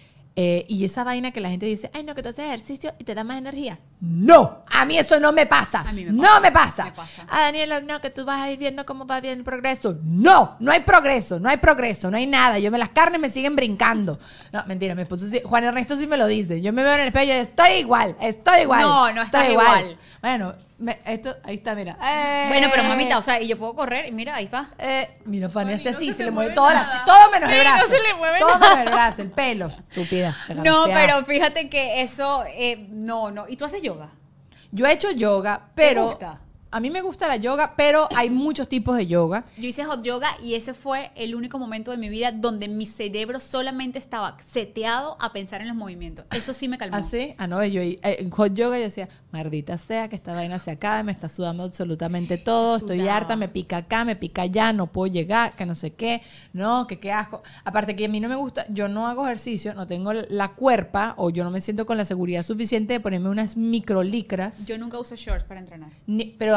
Eh, y esa vaina que la gente dice, ay, no, que tú haces ejercicio y te da más energía. No, a mí eso no me pasa. A mí me no pasa, me pasa. me pasa. Ah, Daniela, no, que tú vas a ir viendo cómo va bien el progreso. No, no hay progreso, no hay progreso, no hay nada. Yo me las carnes me siguen brincando. No, mentira, mi esposo sí- Juan Ernesto sí me lo dice. Yo me veo en el espejo y estoy igual, estoy igual. No, no estoy estás igual. Bueno, me- esto, ahí está, mira. ¡Eh! Bueno, pero mamita, o sea, y yo puedo correr y mira, ahí va. Eh, mira, Fanny Fanny, hace no así, se se, te le mueve mueve todo, la- nada. todo menos Sí, el brazo. no se le mueve todo nada. menos el brazo, el pelo. Estúpida. No, desgraciada. pero fíjate que eso, eh, no, no. ¿Y tú haces yoga? Yo he hecho yoga, pero... gusta? A mí me gusta la yoga, pero hay muchos tipos de yoga. Yo hice hot yoga y ese fue el único momento de mi vida donde mi cerebro solamente estaba seteado a pensar en los movimientos. Eso sí me calmó. ¿Así? Ah, no, yo eh, en hot yoga yo decía, maldita sea, que esta vaina se acabe, me está sudando absolutamente todo, estoy Sudaba. harta, me pica acá, me pica allá, no puedo llegar, que no sé qué, no, que qué asco. Aparte que a mí no me gusta, yo no hago ejercicio, no tengo la cuerpa, o yo no me siento con la seguridad suficiente de ponerme unas microlicras. Yo nunca uso shorts para entrenar. Ni- pero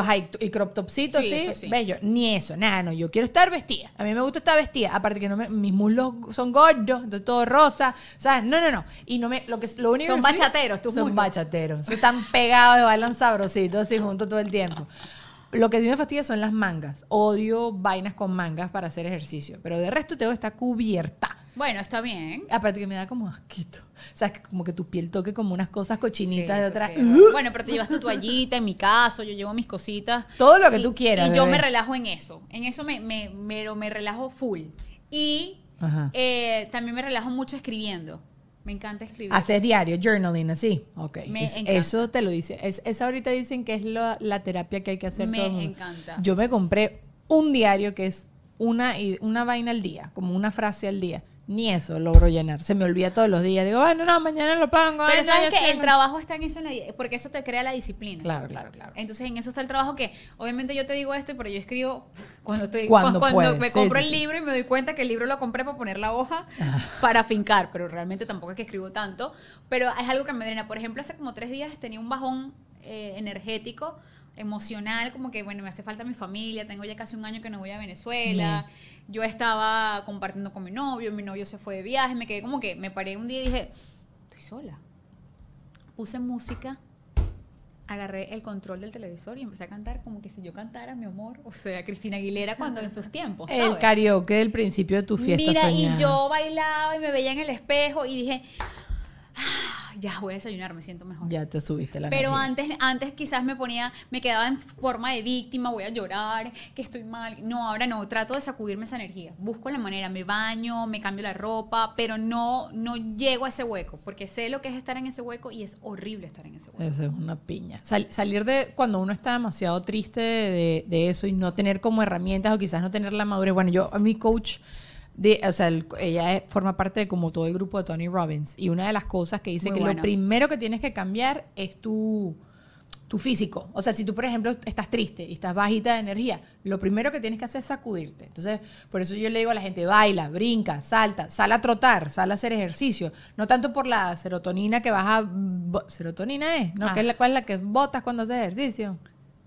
ajá, y, y crop topcito, Sí, sí, eso sí. bello. Ni eso, nada, no. Yo quiero estar vestida. A mí me gusta estar vestida. Aparte que no me, mis muslos son gordos, entonces todo rosa, ¿sabes? No, no, no. Y no me, lo que lo único Son que sí- bachateros, tus Son muslos. bachateros. Están pegados y bailan sabrositos así juntos todo el tiempo. Lo que sí me fastidia son las mangas. Odio vainas con mangas para hacer ejercicio. Pero de resto tengo que estar cubierta. Bueno, está bien. Aparte que me da como asquito. O sea, que como que tu piel toque como unas cosas Sí, cochinitas de eso otra. sí. Bueno, pero tú llevas tu toallita, en mi caso, yo llevo mis cositas. Todo lo que Y- tú quieras, Y yo bebé. me relajo en eso. En eso me, me, me, me relajo full. Y Ajá. eh, también me relajo mucho escribiendo. Me encanta escribir. Haces diario, journaling, así. Ok. Me Es- encanta. eso te lo dice. Es, esa ahorita dicen que es lo- la terapia que hay que hacer Me todo el mundo. encanta. Yo me compré un diario que es una, i- una vaina al día, como una frase al día. Ni eso logro llenar. Se me olvida todos los días. Digo, bueno, no, mañana lo pongo. Pero ay, no, sabes ya que el tengo". trabajo está en eso, en la- porque eso te crea la disciplina. Claro, claro, claro. Entonces en eso está el trabajo que obviamente yo te digo esto, pero yo escribo cuando estoy Cuando cuando, puedes, me sí, compro sí, el sí. libro y me doy cuenta que el libro lo compré para poner la hoja para fincar, pero realmente tampoco es que escribo tanto, pero es algo que me drena. Por ejemplo, hace como tres días tenía un bajón eh, energético, emocional, como que bueno, me hace falta mi familia, tengo ya casi un año que no voy a Venezuela, yo estaba compartiendo con mi novio, mi novio se fue de viaje, me quedé como que me paré un día y dije, estoy sola. Puse música, agarré el control del televisor y empecé a cantar como que si yo cantara, mi amor, o sea, Cristina Aguilera cuando en sus tiempos, El ¿sabes? karaoke del principio de tu fiesta Mira, soñada. y yo bailaba y me veía en el espejo y dije, "Ah, ya voy a desayunar, me siento mejor". Ya te subiste la Pero energía. antes, antes quizás me ponía, me quedaba en forma de víctima, voy a llorar, que estoy mal. No, ahora no, trato de sacudirme esa energía. Busco la manera, me baño, me cambio la ropa, pero no, no llego a ese hueco, porque sé lo que es estar en ese hueco y es horrible estar en ese hueco. Eso es una piña. Sal- salir de cuando uno está demasiado triste de, de eso y no tener como herramientas o quizás no tener la madurez. Bueno, yo, a mi coach, de, o sea, el- ella es- forma parte de como todo el grupo de Tony Robbins y una de las cosas que dice Muy que buena. lo primero que tienes que cambiar es tu, tu físico. O sea, si tú, por ejemplo, estás triste y estás bajita de energía, lo primero que tienes que hacer es sacudirte. Entonces, por eso yo le digo a la gente, baila, brinca, salta, sal a trotar, sal a hacer ejercicio. No tanto por la serotonina que vas a... bo- ¿Serotonina es? ¿No? Ah. ¿Qué es la, ¿Cuál es la que botas cuando haces ejercicio?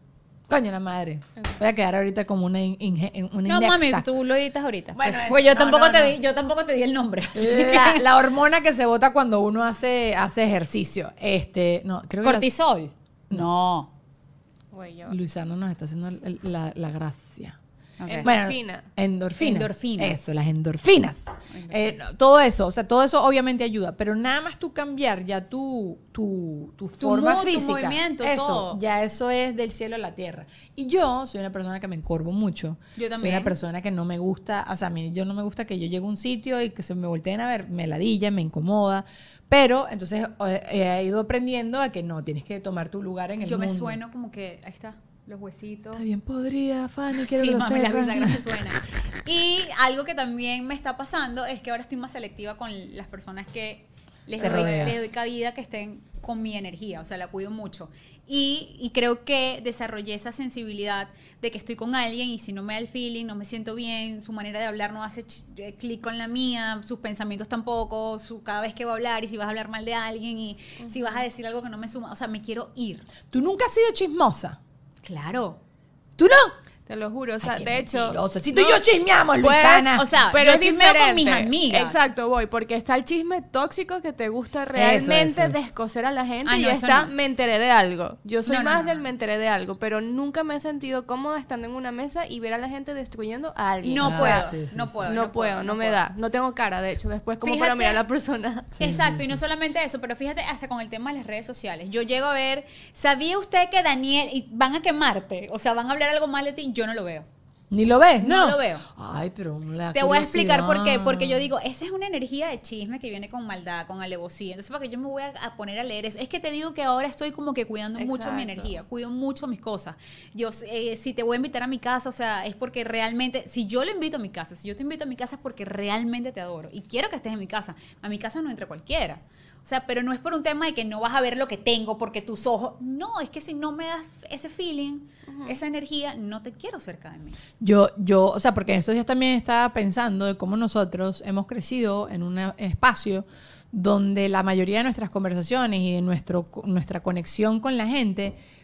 Coño, la madre. Voy a quedar ahorita como una, in- inge- una No, mami, inepta. tú lo editas ahorita. Bueno, Pues, es- pues yo, no, tampoco no, te no. Di, yo tampoco te di el nombre. así que- La, la hormona que se bota cuando uno hace, hace ejercicio. Este, no, creo que la- Cortisol. No. Güey, yo. Luisana nos está haciendo el- la, la gracia. Ok. Endorfina. endorfinas. Endorfinas. Eso, las endorfinas. Eh, no, todo eso, o sea, todo eso obviamente ayuda, pero nada más tú cambiar ya tu, tu, tu, Tu forma mood, tu física. movimiento, eso, todo. ya eso es del cielo a la tierra. Y yo soy una persona que me encorvo mucho. Yo Soy también. una persona que no me gusta, o sea, a mí yo no me gusta que yo llegue a un sitio y que se me volteen a ver, me ladilla, me incomoda. Pero entonces eh, he ido aprendiendo a que no, tienes que tomar tu lugar en el Yo me mundo. sueno como que, ahí está, los huesitos. Está bien podrida, Fanny, quiero Sí, que lo mami, las sepas. bisagras me suenan. Y algo que también me está pasando es que ahora estoy más selectiva con las personas que les Te doy, rodeas. les doy cabida, que estén con mi energía, o sea, la cuido mucho. Y, y creo que desarrollé esa sensibilidad de que estoy con alguien y si no me da el feeling, no me siento bien, su manera de hablar no hace ch- eh, clic con la mía, sus pensamientos tampoco, su, cada vez que va a hablar y si vas a hablar mal de alguien y si vas a decir algo que no me suma, o sea, me quiero ir. Tú nunca has sido chismosa. Claro. ¿Tú no? Te lo juro, o sea, Ay, qué de hecho... mentirosa. Si tú y yo chismeamos, Pues, Luisana. o sea, pero yo es chismeo con mis diferente. amigas. Exacto, voy, porque está el chisme tóxico que te gusta realmente eso, eso. descoser a la gente Ah, y no, eso está no. me enteré de algo. Yo soy No, no, más no, del no. me enteré de algo, pero nunca me he sentido cómoda estando en una mesa y ver a la gente destruyendo a alguien. No Ah, puedo, sí, sí, no sí. puedo. no, puedo, no, me puedo. da. No tengo cara, de hecho, después como para Fíjate- mirar a la persona. Sí, Exacto, sí, y no sí. solamente eso, pero fíjate hasta con el tema de las redes sociales. Yo llego a ver, ¿sabía usted que Daniel, y van a quemarte? O sea, van a hablar algo mal de ti, yo no lo veo. ¿Ni lo ves? No lo veo. Ay, pero me da Te voy a explicar por qué, curiosidad. porque yo digo, esa es una energía de chisme que viene con maldad, con alevosía. Entonces, ¿para qué yo me voy a, a poner a leer eso? Es que te digo que ahora estoy como que cuidando mucho mi Exacto. energía, cuido mucho mis cosas. Yo, eh, si te voy a invitar a mi casa, o sea, es porque realmente, si yo lo invito a mi casa, si yo te invito a mi casa es porque realmente te adoro y quiero que estés en mi casa. A mi casa no entra cualquiera. O sea, pero no es por un tema de que no vas a ver lo que tengo porque tus ojos... No, es que si no me das ese feeling, esa energía, no te quiero cerca de mí. Yo, yo, o sea, porque en estos días también estaba pensando de cómo nosotros hemos crecido en un espacio donde la mayoría de nuestras conversaciones y de nuestro, nuestra conexión con la gente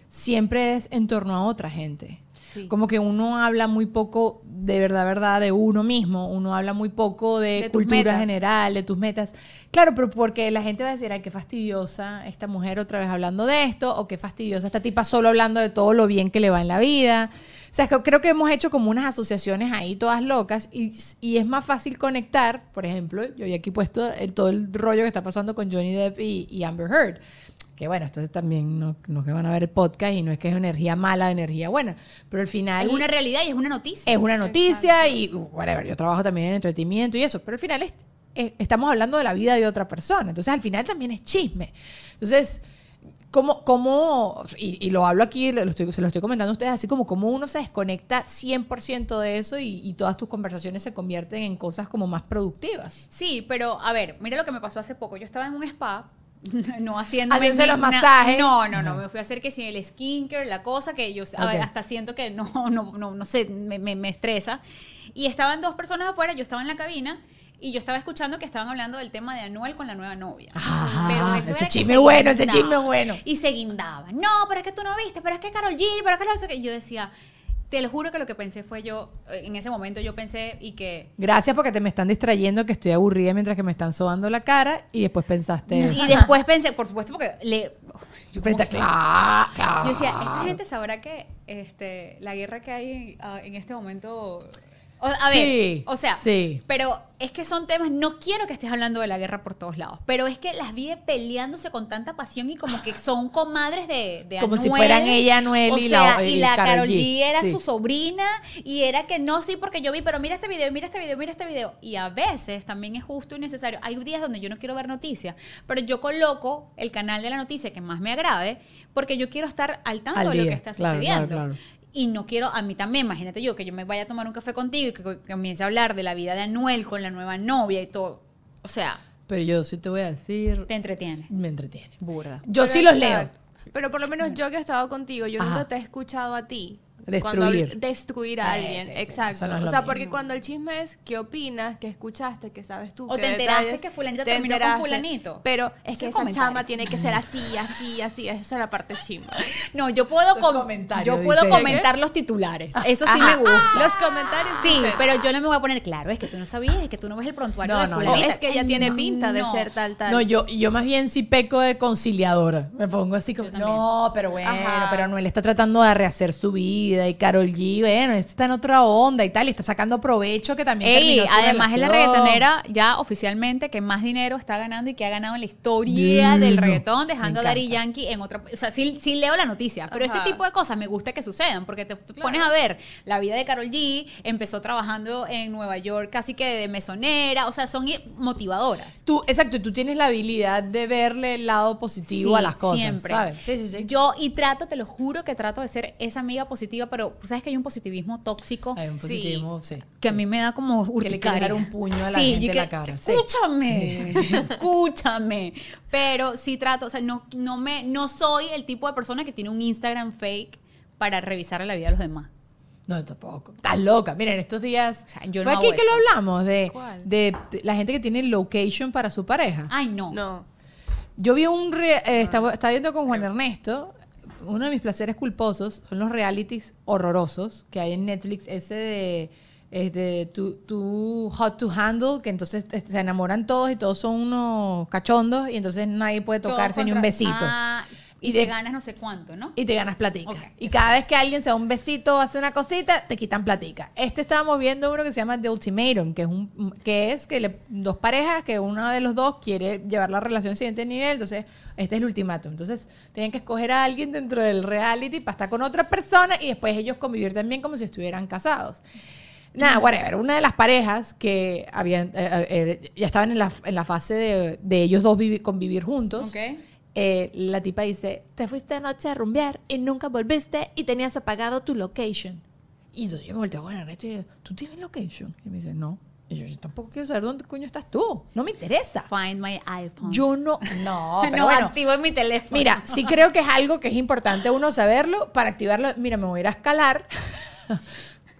siempre es en torno a otra gente. Sí. Como que uno habla muy poco de verdad, verdad, de uno mismo. Uno habla muy poco de, De tus cultura metas. general, de tus metas. Claro, pero porque la gente va a decir, ay, qué fastidiosa esta mujer otra vez hablando de esto, o qué fastidiosa esta tipa solo hablando de todo lo bien que le va en la vida. O sea, que- creo que hemos hecho como unas asociaciones ahí todas locas y, y es más fácil conectar. Por ejemplo, yo había aquí puesto el- todo el rollo que está pasando con Johnny Depp y, y Amber Heard. Que bueno, esto también no, no es que van a ver el podcast y no es que es energía mala, energía buena, pero al final Es una realidad y es una noticia. es una noticia y whatever, yo trabajo también en entretenimiento y eso, pero al final es- es- estamos hablando de la vida de otra persona, entonces al final también es chisme. Entonces, ¿cómo, cómo y, y lo hablo aquí, lo estoy- se lo estoy comentando a ustedes, así como cómo uno se desconecta cien por ciento de eso y, y todas tus conversaciones se convierten en cosas como más productivas? Sí, pero a ver, mira lo que me pasó hace poco. Yo estaba en un spa, no haciendo Haciéndose los masajes. No, no, no, Ajá. me fui a hacer que si el skincare, la cosa que yo a ver, Ok. hasta siento que no, no, no, no sé, me, me, me estresa. Y estaban dos personas afuera, yo estaba en la cabina y yo estaba escuchando que estaban hablando del tema de Anuel con la nueva novia. Ajá, Pero eso ese era que chisme se bueno, ese guindaban. chisme bueno. Y se guindaban. No, pero es que tú no viste, pero es que Karol G, pero es que no sé qué. Yo decía, te lo juro que lo que pensé fue yo, en ese momento yo pensé y que Gracias porque te me están distrayendo que estoy aburrida mientras que me están sobando la cara y después pensaste... y después pensé, por supuesto, porque le. Yo, como Frente- que- claro, claro. yo decía, esta gente sabrá que este, la guerra que hay en, a- en este momento. O- a Sí, ver, o sea, sí. pero es que son temas, no quiero que estés hablando de la guerra por todos lados, pero es que las vi peleándose con tanta pasión y como que son comadres de, de Como si Anuel. fueran ella, Anuel, o y sea, la- y y la Karol Karol G, G era sí. su sobrina y era que no, sí, porque yo vi, pero mira este video, mira este video, mira este video. Y a veces también es justo y necesario. Hay días donde yo no quiero ver noticias, pero yo coloco el canal de la noticia que más me agrade porque yo quiero estar al tanto Al de lo día, que está claro, sucediendo. claro, claro. Y no quiero, a mí también, imagínate yo, que yo me vaya a tomar un café contigo y que co- comience a hablar de la vida de Anuel con la nueva novia y todo. O sea, Pero yo sí te voy a decir, te entretiene. me entretiene. Burda. Yo Pero sí los exacto. leo. Pero por lo menos yo que he estado contigo, yo Ajá. nunca te he escuchado a ti. Destruir. cuando habl- destruir a Sí, alguien, sí, sí, exacto. eso no es o lo sea, mismo. porque cuando el chisme es qué opinas, qué escuchaste, qué sabes tú, O qué te enteraste detalles, que fulanita te terminó con enteraste. fulanito. Pero es Eso que es esa comentario. chama tiene que ser así, así, así. Esa es la parte chimba. No, yo puedo, Eso es com- comentario, yo puedo dice. comentar los titulares. Eso sí Ajá. me gusta. Los comentarios. Sí, sí. pero yo no me voy a poner claro, es que tú no sabías, es que tú no ves el prontuario No, de no, O no. fulanita. es que ella tiene pinta de No. ser tal, tal. No, yo, yo más bien sí peco de conciliadora. Me pongo así como, Yo también. no, pero bueno, Ajá. pero Anuel está tratando de rehacer su vida y Karol G, bueno, está en otra onda y tal, y está sacando provecho que también Ey, terminó su además es la relación. reggaetonera ya oficialmente que más dinero está ganando y que ha ganado en la historia Divino. del reggaetón, Me dejando a Daddy encanta. Yankee en otra. O sea, sí, sí leo la noticia, pero Ajá. este tipo de cosas me gusta que sucedan, porque te, te pones a ver la vida de Karol G, empezó trabajando en Nueva York casi que de mesonera, o sea, son i- motivadoras. Tú, exacto, tú tienes la habilidad de verle el lado positivo Sí, a las cosas, siempre. ¿sabes? Sí, sí, sí. Yo, y trato, te lo juro que trato de ser esa amiga positiva, pero ¿sabes que hay un positivismo tóxico? Hay un positivismo, sí. Que a mí me da como Que le quiere urticaria. dar un puño a la Sí, gente yo en la que- cara, sí. Escúchame, escúchame. Pero sí trato, o sea, no, no, me, no soy el tipo de persona que tiene un Instagram fake para revisar la vida de los demás. No, tampoco. Estás loca. Miren, estos días. O sea, yo fue no aquí hago que eso. lo hablamos de, ¿Cuál? de, de la gente que tiene location para su pareja. Ay, no. No. Yo vi un. re- eh, estaba, estaba viendo con Juan Ernesto. Uno de mis placeres culposos son los realities horrorosos que hay en Netflix. Ese de. Este, too, too Hot to Handle, que entonces este, se enamoran todos y todos son unos cachondos y entonces nadie puede Todo tocarse ni un contra- besito. Ah, y, Y te de- ganas no sé cuánto, ¿no? Y te ganas platica. Ok, y cada vez que alguien se da un besito o hace una cosita, te quitan platica. Este estábamos viendo uno que se llama The Ultimatum, que es un que es que le- dos parejas, que uno de los dos quiere llevar la relación al siguiente nivel, entonces este es el ultimátum. Entonces tienen que escoger a alguien dentro del reality para estar con otra persona y después ellos convivir también como si estuvieran casados. Nada, whatever. Una de las parejas que habían eh, eh, ya estaban en la, en la fase de, de ellos dos vivi- convivir juntos. Ok. Eh, la tipa dice, te fuiste anoche a rumbear y nunca volviste y tenías apagado tu location. Y entonces yo me volteo, bueno, Ernesto, y digo, ¿tú tienes location? Y me dice, no. Y yo, yo tampoco quiero saber dónde coño estás tú. No me interesa. Find my iPhone. Yo no, no, pero no bueno. activo en mi teléfono. Mira, sí creo que es algo que es importante uno saberlo para activarlo. Mira, me voy a ir a escalar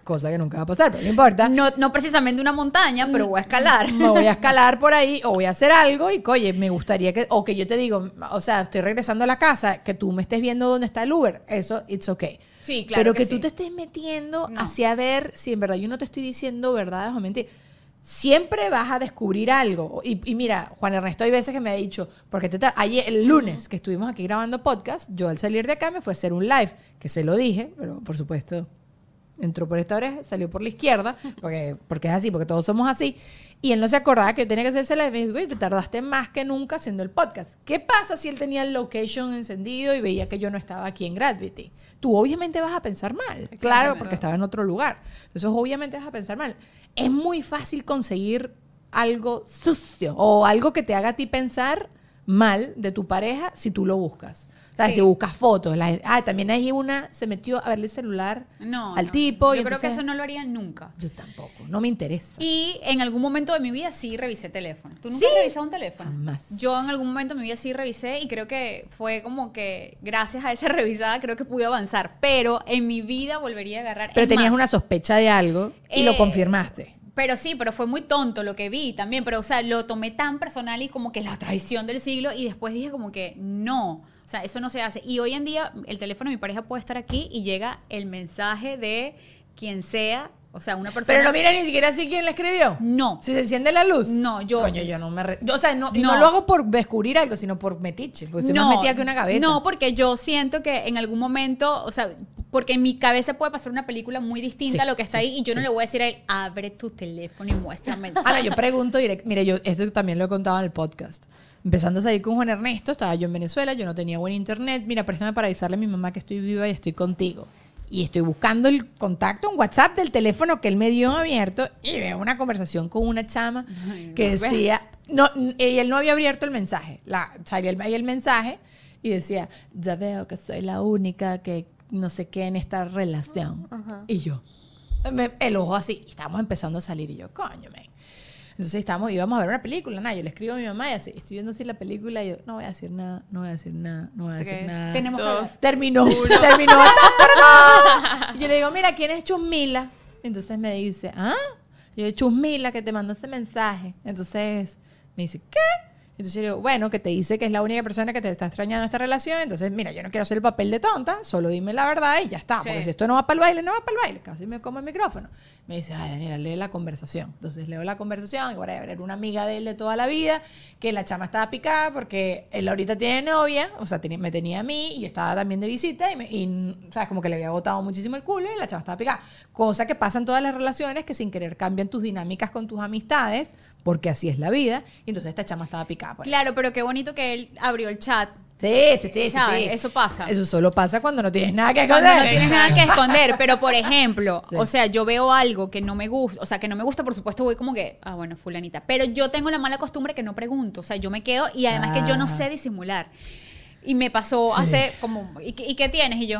cosa que nunca va a pasar, pero no importa. No, no precisamente una montaña, pero voy a escalar. Me voy a escalar por ahí o voy a hacer algo y, oye, me gustaría que, o que yo te digo, o sea, estoy regresando a la casa, que tú me estés viendo dónde está el Uber, eso, it's okay. Sí, claro Pero que que, sí. tú te estés metiendo No. hacia ver si en verdad yo no te estoy diciendo verdades o mentiras. Siempre vas a descubrir algo. Y, y mira, Juan Ernesto, hay veces que me ha dicho, porque te ayer, el lunes que estuvimos aquí grabando podcast, yo al salir de acá me fui a hacer un live, que se lo dije, pero por supuesto entró por esta oreja, salió por la izquierda, porque, porque es así, porque todos somos así. Y él no se acordaba que tenía que hacerse live. Me dijo, oye, te tardaste más que nunca haciendo el podcast. ¿Qué pasa si él tenía el location encendido y veía que yo no estaba aquí en Gravity? Tú obviamente vas a pensar mal. Claro, porque estaba en otro lugar. Entonces obviamente vas a pensar mal. Es muy fácil conseguir algo sucio o algo que te haga a ti pensar mal de tu pareja si tú lo buscas. O sea, Sí. si buscas fotos. La, ah, también hay una, se metió a verle el celular No, al no. tipo. Yo y creo que entonces- eso no lo haría nunca. Yo tampoco, no me interesa. Y en algún momento de mi vida sí revisé teléfono. ¿Tú nunca ¿Sí? has revisado un teléfono? Jamás. Yo en algún momento de mi vida sí revisé y creo que fue como que gracias a esa revisada creo que pude avanzar. Pero en mi vida volvería a agarrar. Pero Es tenías más, una sospecha de algo y lo Eh, confirmaste. Pero sí, pero fue muy tonto lo que vi también. Pero, o sea, lo tomé tan personal y como que la traición del siglo. Y después dije como que no. O sea, eso no se hace. Y hoy en día el teléfono de mi pareja puede estar aquí y llega el mensaje de quien sea. O sea, una persona... Pero no mira ni siquiera así quién le escribió. No. Si se enciende la luz. No, yo- Coño, yo no me. re- yo, o sea, no, y no No. lo hago por descubrir algo, sino por metiche. Porque soy más metida que una gaveta. No, porque yo siento que en algún momento, o sea, porque en mi cabeza puede pasar una película muy distinta Sí, a lo que está sí, ahí y yo no sí. le voy a decir a él, abre tu teléfono y muéstrame el chat. Ahora, yo pregunto directo. Mire, yo esto también lo he contado en el podcast. Empezando a salir con Juan Ernesto, estaba yo en Venezuela, yo no tenía buen internet. Mira, préstame para avisarle a mi mamá que estoy viva y estoy contigo. Y estoy buscando el contacto en WhatsApp del teléfono que él me dio abierto y veo una conversación con una chama Ay, que ¿ves? decía, no, n- y él no había abierto el mensaje, la, salía el- ahí el mensaje y decía, ya veo que soy la única que no sé qué en esta relación. Y yo, me- el ojo así, y estábamos empezando a salir y yo, coño, man. Entonces estábamos, íbamos a ver una película, nada, yo le escribo a mi mamá y así, estoy viendo así la película y yo, no voy a decir nada, no voy a decir nada, no voy a decir Tres, nada. Tenemos que dos. hablar. Terminó, terminó. ¡Tarán! Y yo le digo, mira, ¿quién es Chusmila? Entonces me dice, ¿ah? Y yo, Chusmila, que te mandó ese mensaje. Entonces me dice, ¿qué? Entonces yo le digo, bueno, que te dice que es la única persona que te está extrañando en esta relación. Entonces, mira, yo no quiero hacer el papel de tonta, solo dime la verdad y ya está. Sí. Porque si esto no va para el baile, no va para el baile. Casi me como el micrófono. Me dice, ay, Daniela, lee la conversación. Entonces leo la conversación y bueno, era una amiga de él de toda la vida, que la chama estaba picada porque él ahorita tiene novia, o sea, tenía- me tenía a mí y yo estaba también de visita y, me, y ¿sabes? Como que le había botado muchísimo el culo y la chama estaba picada. Cosa que pasa en todas las relaciones que sin querer cambian tus dinámicas con tus amistades, porque así es la vida. Y entonces esta chama estaba picada. Pues. Claro, pero qué bonito que él abrió el chat. Sí, sí, sí, sí, ¿Sabes? sí. Eso pasa. Eso solo pasa cuando no tienes nada que Cuando esconder. no tienes nada que esconder, pero por ejemplo, Sí. o sea, yo veo algo que no me gusta, o sea, que no me gusta, por supuesto voy como que, ah, bueno, fulanita, pero yo tengo la mala costumbre que no pregunto, o sea, yo me quedo y además que yo no Ah. sé disimular. Y me pasó Sí. hace como, ¿y qué, y qué tienes? Y yo,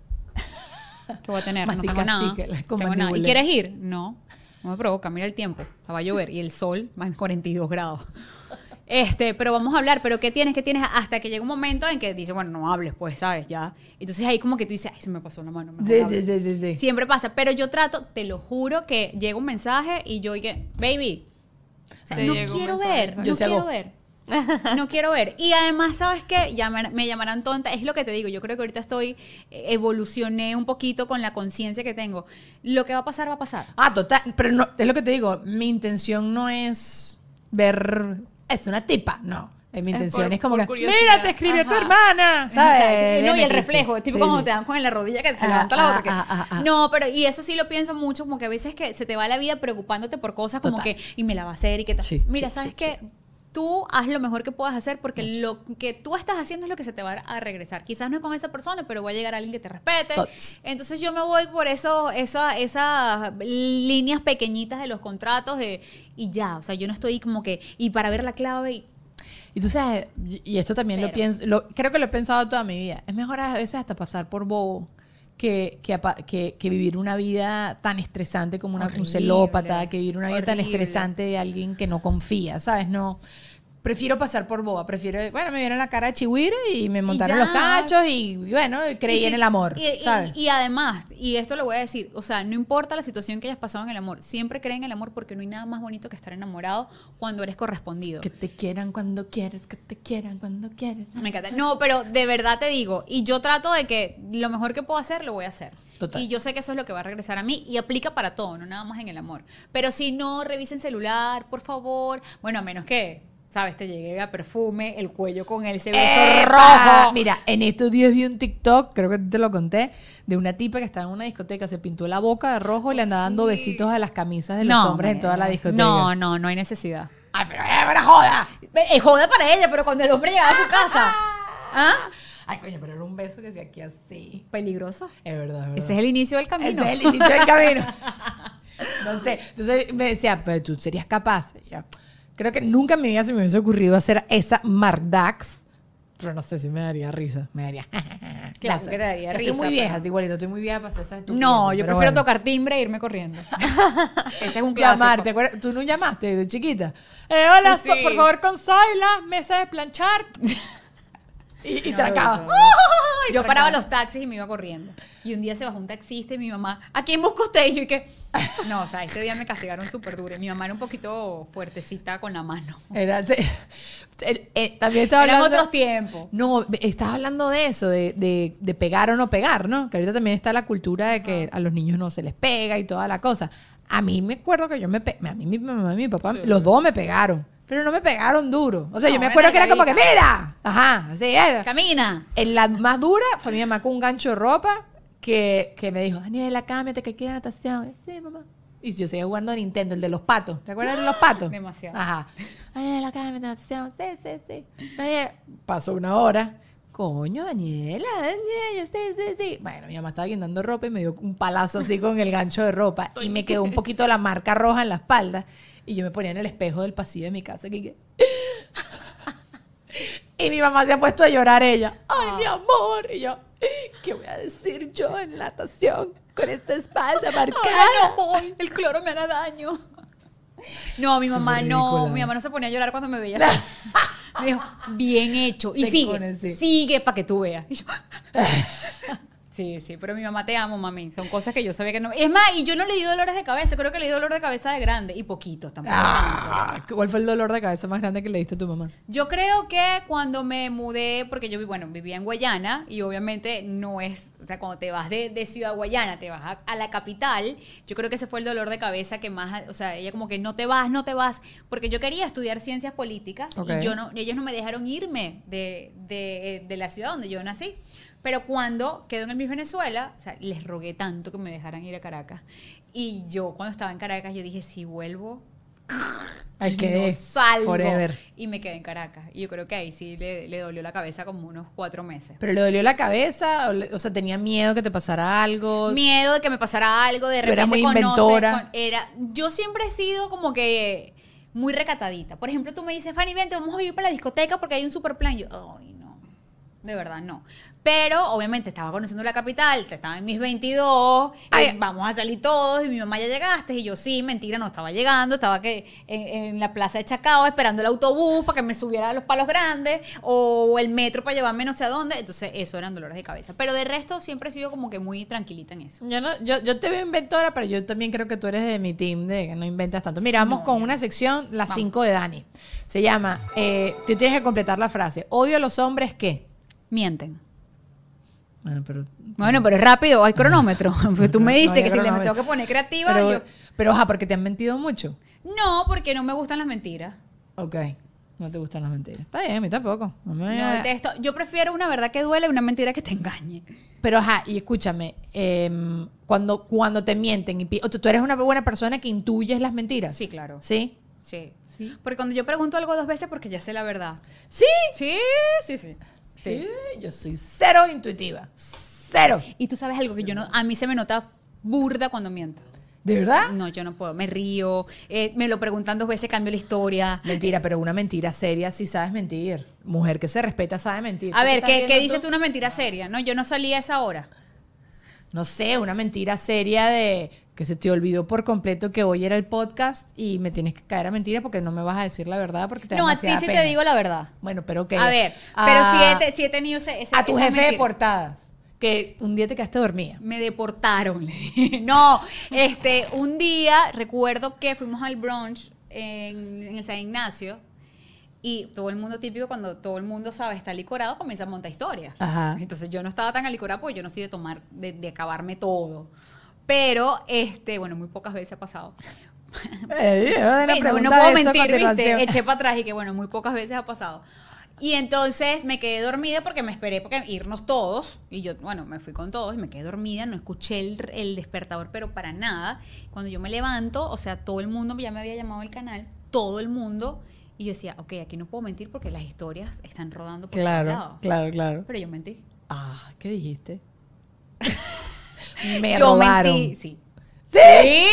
¿qué voy a tener? No Mastica tengo nada. chicle, la Tengo nada. ¿Y mandíbula. quieres ir? No, no me provoca, mira el tiempo, va a llover y el sol va en cuarenta y dos grados. Este, pero vamos a hablar, pero ¿qué tienes? ¿Qué tienes? Hasta que llega un momento en que dice, bueno, no hables, pues, ¿sabes? Ya. Entonces ahí como que tú dices, ay, se me pasó la mano. mejor Sí, hablo". sí, sí, sí, sí. Siempre pasa, pero yo trato, te lo juro, que llega un mensaje y yo digo, baby, o sea, Te no llega un quiero mensaje, ver, exacto. Yo no sí quiero hago. ver. No quiero ver. Y además, ¿sabes qué? Llamar- me llamarán tonta. Es lo que te digo. Yo creo que ahorita estoy, eh, evolucioné un poquito con la conciencia que tengo. Lo que va a pasar, va a pasar. Ah, total. Pero no, es lo que te digo. Mi intención no es ver. Es una tipa, no. Eh, Mi Es intención por- es como por que. curiosidad. Mira, te escribió tu Ajá. hermana. ¿Sabes? Exacto. De No, y el metiche. reflejo, tipo Sí, cuando sí. te dan con la rodilla que se Ah, levanta la ah, otra. que- ah, ah, ah. No, pero y eso sí lo pienso mucho, como que a veces que se te va la vida preocupándote por cosas como Total. que, y me la va a hacer y que tal. Sí, Mira, sí, ¿sabes sí, qué? Tú haz lo mejor que puedas hacer porque lo que tú estás haciendo es lo que se te va a regresar. Quizás no es con esa persona, pero va a llegar alguien que te respete. Tots. Entonces yo me voy por eso, esa, esas líneas pequeñitas de los contratos de, y ya, o sea, yo no estoy como que, y para ver la clave y Y tú sabes, y y esto también lo Cero. pienso, lo- creo que lo he pensado toda mi vida. Es mejor a veces hasta pasar por bobo que, que, apa- que- que vivir una vida tan estresante como una, un Horrible, celópata, que vivir una vida tan horrible. estresante de alguien que no confía, ¿sabes? No. prefiero pasar por boba. Prefiero, bueno, me vieron la cara de chihuire y me montaron ya. los cachos y, bueno, creí Y si- en el amor, y, y- ¿sabes? y además, y esto lo voy a decir, o sea, no importa la situación que hayas pasado en el amor, siempre creen en el amor porque no hay nada más bonito que estar enamorado cuando eres correspondido. Que te quieran cuando quieres, que te quieran cuando quieres. Me encanta. No, pero de verdad te digo, y yo trato de que lo mejor que puedo hacer, lo voy a hacer. Total. Y yo sé que eso es lo que va a regresar a mí y aplica para todo, no nada más en el amor. Pero si no, revisen celular, por favor. Bueno, a menos que, ¿sabes? Te llegue a perfume, el cuello con ese beso ¡Epa! rojo. Mira, en estos días vi un TikTok, creo que te lo conté, de una tipa que estaba en una discoteca, se pintó la boca de rojo y le andaba dando besitos a las camisas de los hombres en toda la discoteca. No, no, no hay necesidad. ¡Ay, pero es una joda! Es joda para ella, pero cuando el hombre llegaba a su casa. ¿Ah? Ay, coño, pero era un beso que se aquí así. Peligroso. Es verdad, es verdad. Ese es el inicio del camino. Ese es el inicio del camino. No sé. Entonces me decía, pero tú serías capaz. Y yo, creo que nunca en mi vida se me hubiese ocurrido hacer esa Mark Dax. Pero no sé si me daría risa. Me daría. Claro No sé. que te daría Estoy risa, muy vieja, pero- igualito. Estoy muy vieja para hacer esas estupideces, No, yo pero prefiero bueno. tocar timbre e irme corriendo. Ese es un clásico. Llamar, ¿te acuerdas? ¿Tú no llamaste de chiquita? Eh, hola, Sí. so- por favor, con Zoila, mesa de planchar. Y, y No, tracaba. eso, Yo paraba los taxis y me iba corriendo. Y un día se bajó un taxista y mi mamá, ¿a quién busca usted? Y yo, ¿y qué? No, o sea, ese día me castigaron súper duro. Y mi mamá era un poquito fuertecita con la mano. Era, se- el- eh, también estaba Eran hablando... otros tiempos. No, estás hablando de eso, de, de, de pegar o no pegar, ¿no? Que ahorita también está la cultura de que a los niños no se les pega y toda la cosa. A mí me acuerdo que yo me... Pe a mí mi mamá y mi papá, los dos me pegaron. Pero no me pegaron duro. O sea, No, yo me una acuerdo que era como que, nalgadita. ¡mira! Ajá, así era. Camina. En la más dura fue mi mamá con un gancho de ropa que, que me dijo, Daniela, cámbiate que quiero natación. Y yo, sí, mamá. Y yo seguía jugando a Nintendo, el de los patos. ¿Te acuerdas de los patos? Demasiado. Ajá. Daniela, cámbiate natación. Sí, sí, sí. Daniela. Pasó una hora. Coño, Daniela, Daniela, sí, sí, sí. Bueno, mi mamá estaba guindando ropa y me dio un palazo así con el gancho de ropa. Y me quedó un poquito la marca roja en la espalda. Y yo me ponía en el espejo del pasillo de mi casa. Que, que- y mi mamá se ha puesto a llorar ella. Ay, mi amor. Y yo, ¿qué voy a decir yo en natación con esta espalda marcada? Ay, no voy. El cloro me hará daño. No, mi mamá Súper no. ridícula. Mi mamá no se ponía a llorar cuando me veía así. Me dijo, bien hecho. Y Te sigue, pones, sí. sigue para que tú veas. Y yo, sí, sí, pero mi mamá te amo, mami. Son cosas que yo sabía que no. Es más, y yo no le di dolores de cabeza. Creo que le di dolor de cabeza de grande. Y poquitos tampoco. tanto. Ah, ¿cuál fue el dolor de cabeza más grande que le diste a tu mamá? Yo creo que cuando me mudé, porque yo vi- bueno, vivía en Guayana y obviamente no es, o sea, cuando te vas de, de Ciudad Guayana, te vas a, a la capital, yo creo que ese fue el dolor de cabeza que más, o sea, ella como que no te vas, no te vas, porque yo quería estudiar ciencias políticas Ok. y yo no, ellos no me dejaron irme de, de, de la ciudad donde yo nací. Pero cuando quedo en el Miss Venezuela, o sea, les rogué tanto que me dejaran ir a Caracas. Y yo cuando estaba en Caracas, yo dije, si vuelvo, Hay que no salgo. forever. Y me quedé en Caracas. Y yo creo que ahí sí le, le dolió la cabeza como unos cuatro meses. ¿Pero le dolió la cabeza? O, le- o sea, tenía miedo que te pasara algo. Miedo de que me pasara algo, de Tú eras repente muy conoces, inventora. con- era, yo siempre he sido como que muy recatadita. Por ejemplo, tú me dices, Fanny, vente, vamos a ir para la discoteca porque hay un super plan. Yo, ay, no. De verdad, no. Pero, obviamente, estaba conociendo la capital, estaba en mis veintidós, Ay. eh, vamos a salir todos, y mi mamá, ya llegaste, y yo, sí, mentira, no estaba llegando, estaba que en, en la plaza de Chacao esperando el autobús para que me subiera a los Palos Grandes, o el metro para llevarme no sé a dónde, entonces eso eran dolores de cabeza. Pero de resto, siempre he sido como que muy tranquilita en eso. Yo, no, yo, yo te veo inventora, pero yo también creo que tú eres de mi team, de que no inventas tanto. Mira, vamos No, con yo una no. sección, las Vamos. cinco de Dani. Se llama, eh, tú tienes que completar la frase. Odio a los hombres que... Mienten. Bueno, pero... Bueno, pero es rápido, hay cronómetro. Pues tú me No, dices no hay que si le cronómetro. tengo que poner creativa, Pero, yo... pero, ajá, porque te han mentido mucho. No, porque no me gustan las mentiras. Ok, no te gustan las mentiras. Está bien, a mí tampoco. No me- No detesto. Yo prefiero una verdad que duele y una mentira que te engañe. Pero ajá, y escúchame, em, cuando, cuando te mienten, y pi- o tú tú eres una buena persona que intuyes las mentiras. Sí, claro. ¿Sí? Sí. Sí. Porque cuando yo pregunto algo dos veces, porque ya sé la verdad. Sí. Sí, sí, sí. Sí. Sí, yo soy cero intuitiva. Cero. Y tú sabes algo que yo no. A mí se me nota burda cuando miento. ¿De verdad? No, yo no puedo. Me río. eh, me lo preguntan dos veces, cambio la historia. Mentira, pero una mentira seria sí sabes mentir. Mujer que se respeta sabe mentir. A ¿Tú ver, estás ¿qué, viendo ¿qué dices tú una mentira seria? No, yo no salí a esa hora. No sé, una mentira seria de que se te olvidó por completo que hoy era el podcast y me tienes que caer a mentira porque no me vas a decir la verdad porque te da No, a ti demasiada sí pena. te digo la verdad. Bueno, pero que A ver, pero sí he, te- sí he tenido ese, ese a tu esa jefe de mentira. portadas que un día te quedaste dormida. Me deportaron, le dije. No, este, un día recuerdo que fuimos al brunch en, en el San Ignacio y todo el mundo típico, cuando todo el mundo sabe está licorado, comienza a montar historias. Ajá. Entonces yo no estaba tan alicorada porque yo no soy de tomar, de, de acabarme todo. Pero, este, bueno, muy pocas veces ha pasado. Eh, yo de la Bueno, pregunta no puedo de eso a mentir, ¿viste? continuación. Eché para atrás y que, bueno, muy pocas veces ha pasado. Y entonces me quedé dormida porque me esperé porque irnos todos. Y yo, bueno, me fui con todos y me quedé dormida. No escuché el, el despertador, pero para nada. Cuando yo me levanto, o sea, todo el mundo ya me había llamado al canal. Todo el mundo. Y yo decía, ok, aquí no puedo mentir porque las historias están rodando por todos Claro, lados. claro, claro. Pero yo mentí. Ah, ¿qué dijiste? Me yo robaron. mentí, sí. ¿Sí? Sí.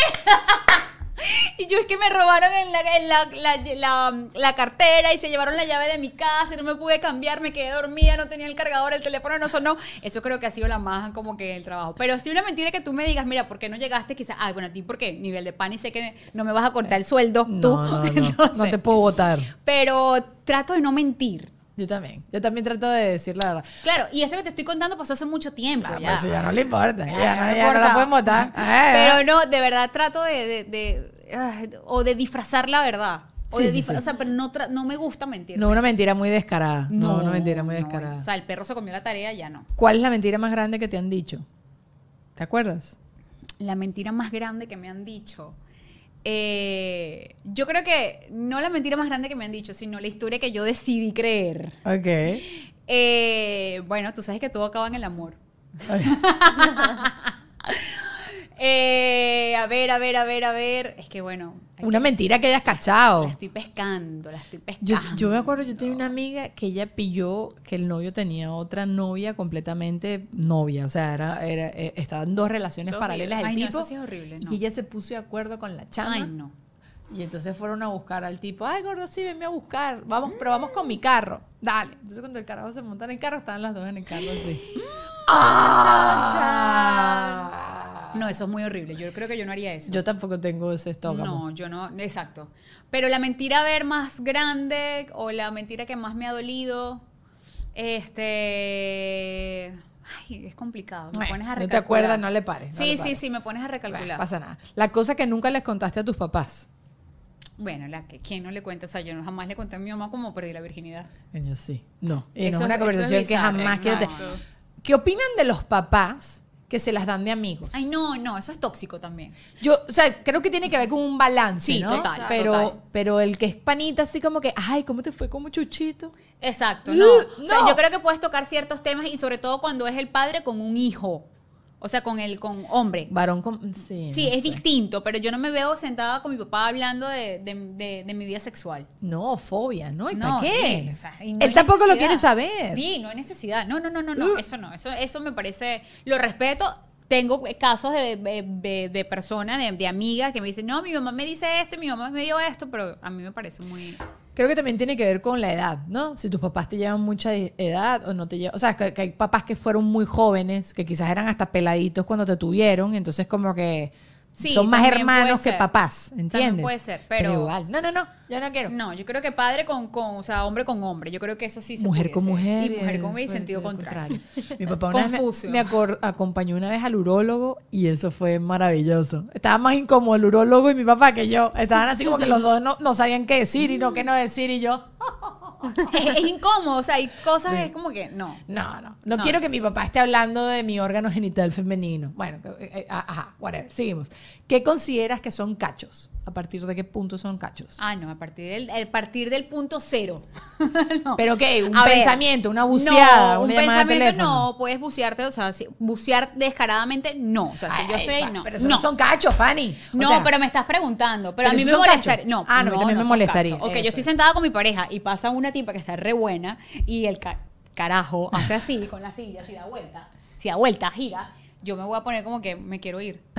Y yo es que me robaron en, la, en la, la, la, la cartera y se llevaron la llave de mi casa y no me pude cambiar, me quedé dormida, no tenía el cargador, el teléfono no sonó. Eso creo que ha sido la más como que el trabajo. Pero sí una mentira que tú me digas, mira, ¿por qué no llegaste? Quizás, ah, bueno, a ti, ¿por qué? Nivel de pan y sé que no me vas a cortar el sueldo, tú. No, no, no. Entonces, No te puedo votar. pero trato de no mentir. Yo también. Yo también trato de decir la verdad. Claro, y esto que te estoy contando pasó hace mucho tiempo. Claro, ya. pero eso ya no le importa. Ya, Ya, no, no ya no importa. la pueden votar. Pero no, de verdad trato de, de, de, ah, o de disfrazar la verdad. O, Sí, de sí, disfra- sí. o sea, pero no, tra- no me gusta mentir. No, una mentira muy descarada. No, una mentira muy no, descarada. O sea, el perro se comió la tarea, ya no. ¿Cuál es la mentira más grande que te han dicho? ¿Te acuerdas? La mentira más grande que me han dicho. Eh, yo creo que no la mentira más grande que me han dicho, sino la historia que yo decidí creer. Ok. Eh, bueno, tú sabes que todo acaba en el amor. Eh, a ver, a ver, a ver, a ver. Es que bueno. hay Una que- mentira que hayas cachado. La estoy pescando, la estoy Yo, pescando. yo me acuerdo, yo tenía una amiga que ella pilló que el novio tenía otra novia completamente novia. O sea, era, era, eh, estaban dos relaciones Dos paralelas. El Ay, no, tipo, eso sí es horrible, no. Y ella se puso de acuerdo con la chama. Ay, no. Y entonces fueron a buscar al tipo. Ay, gordo, sí, venme a buscar. Vamos, pero vamos con mi carro. Dale. Entonces cuando el carajo se monta en el carro, estaban las dos en el carro así. ¡Ah! No, eso es muy horrible. Yo creo que yo no haría eso. Yo tampoco tengo ese estómago. No, yo no, exacto. Pero la mentira a ver más grande o la mentira que más me ha dolido, este, ay, es complicado. Me Bueno, pones a no te recalcular. acuerdas, no le pares. no Sí, le sí, pares. sí, me pones a Bueno, recalcular. pasa nada. La cosa que nunca les contaste a tus papás. Bueno, la que quién no le cuenta, o sea, yo no- jamás le conté a mi mamá cómo perdí la virginidad. Yo sí. No. Y no Eso- es una eso conversación es que bizarro, jamás quiero exacto. tener. ¿Qué opinan de los papás que se las dan de amigos? Ay, no, no, eso es tóxico también. Yo, o sea, creo que tiene que ver con un balance, Sí, ¿no? total, pero, total. pero el que es panita así como que, ay, ¿cómo te fue como Chuchito? Exacto, Uh, no. O sea, no. yo creo que puedes tocar ciertos temas y sobre todo cuando es el padre con un hijo. O sea, con el con hombre. Varón con... Sí, Sí, no es sé. distinto, pero yo no me veo sentada con mi papá hablando de, de, de- de mi vida sexual. No, fobia, ¿no? ¿Y No, para qué? sí, o sea, y no Él hay tampoco lo necesidad. quiere saber. Sí, no hay necesidad. No, no, no, no, no. Uh. Eso no. Eso, eso me parece. Lo respeto. Tengo casos de, de, de- de personas, de, de amigas que me dicen, no, mi mamá me dice esto y mi mamá me dio esto, pero a mí me parece muy. Creo que también tiene que ver con la edad, ¿no? Si tus papás te llevan mucha edad o no te llevan... O sea, que, que hay papás que fueron muy jóvenes, que quizás eran hasta peladitos cuando te tuvieron, entonces como que Sí, son más también hermanos puede que ser. papás, ¿entiendes? También puede ser, pero- igual. No, no, no, yo no quiero. No, yo creo que padre con, con, o sea, hombre con hombre. Yo creo que eso sí se Mujer con pudiese. mujer. Y mujer con mujer y puede sentido ser contrario. Mi papá una vez me, Confuso. me acor- acompañó una vez al urólogo y eso fue maravilloso. Estaba más incómodo el urólogo y mi papá que yo. Estaban así como que los dos no, no sabían qué decir y no qué no decir y yo... es, es incómodo, o sea, hay cosas es como que no. No, no, no. No. quiero que mi papá esté hablando de mi órgano genital femenino. Bueno, que- eh, eh, ajá, whatever. Seguimos. ¿Qué consideras que son cachos? ¿A partir de qué punto son cachos? Ah, no, a partir del, a partir del punto cero. No. ¿Pero qué? ¿Un A ver, pensamiento? ¿Una buceada? No, un una llamada de pensamiento teléfono? no, puedes bucearte, o sea, si- bucear descaradamente no. O sea, si Ay, yo estoy ahí, fa- no. Pero eso no. no, son cachos, Fanny. O No, sea, pero me estás preguntando. Pero, pero a mí si me son molestaría. cachos. No, Ah, no, a mí también me son molestaría. cachos. Ok, Eso yo estoy es. sentada con mi pareja y pasa una tipa que está re buena y el ca- carajo hace así con la silla, así da vuelta. Si da vuelta, gira, yo me voy a poner como que me quiero ir.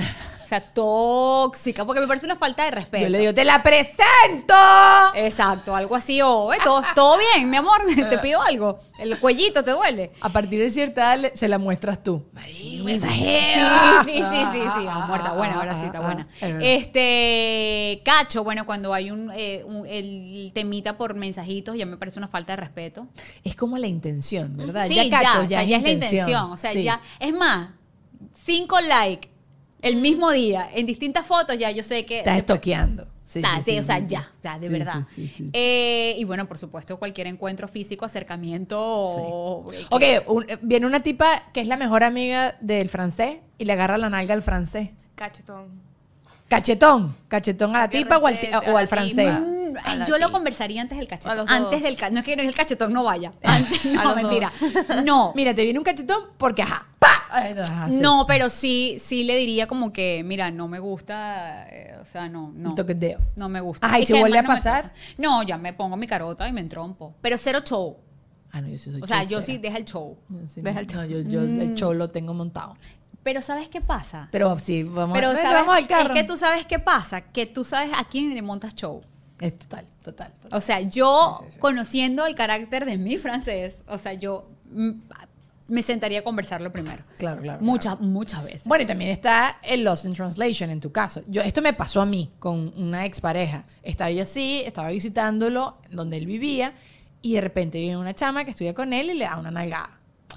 sea, tóxica, porque me parece una falta de respeto. Yo le digo, ¡te la presento! Exacto, algo así, o eh, todo, todo bien, mi amor, te pido algo. El cuellito te duele. A partir de cierta edad le- se la muestras tú. Marico, Sí, mensajera. sí, sí, sí, sí. Ah, muerta, buena, ahora sí, está Ah, buena. es verdad. Este, cacho, bueno, cuando hay un, eh, un- el temita por mensajitos, ya me parece una falta de respeto. Es como la intención, ¿verdad? Sí, ya, cacho, ya, o sea, ya es la intención. O sea, Sí. ya, es más, cinco likes el mismo día en distintas fotos, ya yo sé que. Estás estoqueando. Sí, Ta, sí, sí, sí, o sea, sí, ya, sí. ya, de Sí, verdad. sí, sí, sí. Eh, y bueno, por supuesto, cualquier encuentro físico, acercamiento. o- eh, Ok, que- un- eh, viene una tipa que es la mejor amiga del francés y le agarra la nalga al francés. Cachetón. Cachetón. Cachetón a la Que tipa o al, respete o a al la francés. tipa. Mm, A la yo lo tipa. conversaría antes del A cachetón. los Antes dos. del cachetón. No es que el cachetón no vaya. Antes, A no, los mentira. No. Mira, te viene un cachetón porque ajá. ¡Pa! Ay, no, ajá, sí. No, pero sí, sí le diría como que, mira, no me gusta, eh, o sea, no, no. El toqueteo. No me gusta. Ajá, ¿y Es si que vuelve además a pasar? No, me toca. No, ya me pongo mi carota y me entrompo. Pero cero show. Ah, no, yo sí soy O sea, yo chaucera. sí deja el show. Yo sí, Deja no, el no, yo, yo el show lo tengo montado. Pero ¿sabes qué pasa? Pero sí, vamos, Pero bueno, ¿sabes? vamos al carro. Es que tú sabes qué pasa, que tú sabes a quién le montas show. Es total, total. total. O sea, yo conociendo el carácter de mi francés, o sea, yo mm, me sentaría a conversarlo primero. Claro, claro, Muchas, muchas veces. Bueno, y también está el Lost in Translation en tu caso. Yo, esto me pasó a mí con una expareja. Estaba yo así, estaba visitándolo donde él vivía y de repente viene una chama que estudia con él y le da una nalgada.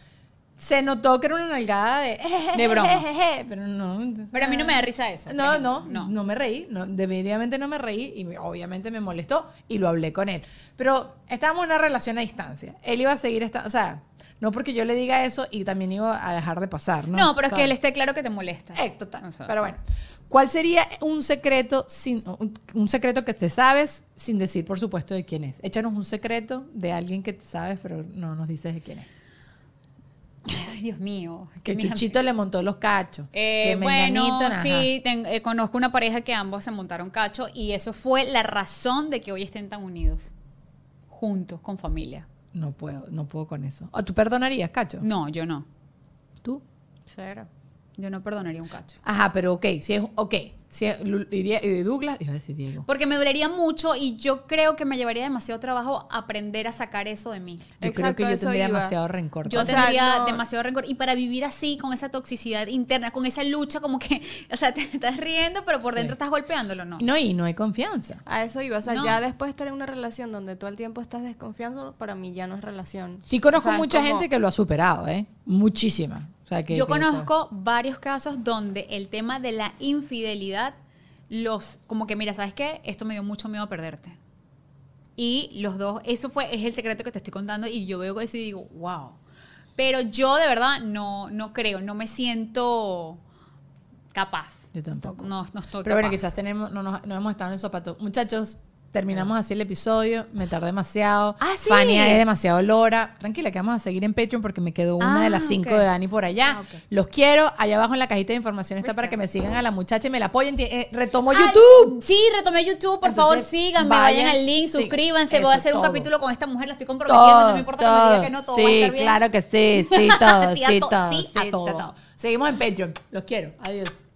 Se notó que era una nalgada de... De broma. Pero no... Pero a mí no me da risa eso. por No, ejemplo. no, no, me reí, no, definitivamente no me reí y me- obviamente me molestó y lo hablé con él. Pero estábamos en una relación a distancia. Él iba a seguir esta, o sea, no porque yo le diga eso y también iba a dejar de pasar, ¿no? No, pero es que ¿Sabes? él esté claro que te molesta. Eh, total. O sea, pero sí. bueno, ¿cuál sería un secreto sin un, un secreto que te sabes sin decir, por supuesto, de quién es? Échanos un secreto de alguien que te sabes, pero no nos dices de quién es. Ay, Dios mío. Que mis Chuchito le montó los cachos. Eh, que bueno, Menganito, ajá. sí, ten- eh, conozco una pareja que ambos se montaron cacho y eso fue la razón de que hoy estén tan unidos, juntos, con familia. No puedo, no puedo con eso. ¿O tú perdonarías, cacho? No, yo no. ¿Tú? Cero. Yo no perdonaría un cacho. Ajá, pero ok, si es, ok, si es, Lu- y Die- y Douglas, iba a decir Diego. Porque me dolería mucho y yo creo que me llevaría demasiado trabajo aprender a sacar eso de mí. Yo creo Exacto, que yo eso tendría iba. demasiado rencor. Yo O sea, tendría no- demasiado rencor. Y para vivir así, con esa toxicidad interna, con esa lucha, como que, o sea, te estás riendo, pero por Sí. dentro estás golpeándolo, ¿no? No, y no hay confianza. A eso iba. O sea, No. ya después de estar en una relación donde todo el tiempo estás desconfiando, para mí ya no es relación. Sí conozco O sea, es mucha como- gente que lo ha superado, ¿eh? Muchísima. O sea, que, Yo que- conozco varios casos donde el tema de la infidelidad, los, como que, mira, ¿sabes qué? Esto me dio mucho miedo a perderte. Y los dos, eso fue, es el secreto que te estoy contando y yo veo eso y digo, wow. Pero yo de verdad no, no creo, no me siento capaz. Yo tampoco. No, no estoy Pero bueno, capaz. quizás tenemos, no, nos- no hemos estado en el zapato. Muchachos, terminamos así el episodio. Me tardé demasiado. Ah, ¿sí? Fania es demasiado lora. Tranquila, que vamos a seguir en Patreon porque me quedó una Ah, de las cinco ok. de Dani por allá. Ah, ok. Los quiero. Allá abajo en la cajita de información está para que me sigan a la muchacha y me la apoyen. Tie- eh, retomo Ay, YouTube. Sí, retomé YouTube, por Entonces, favor, síganme, vayan, vayan, al link, sí, suscríbanse, eso, voy a hacer un todo. capítulo con esta mujer, la estoy comprometiendo, no Todo, me importa que me diga que no, todo va a sí, estar bien. claro que sí, sí, todo, Sí a sí, to- todo, sí sí, a todo. todo. Seguimos en Patreon. Los quiero. Adiós.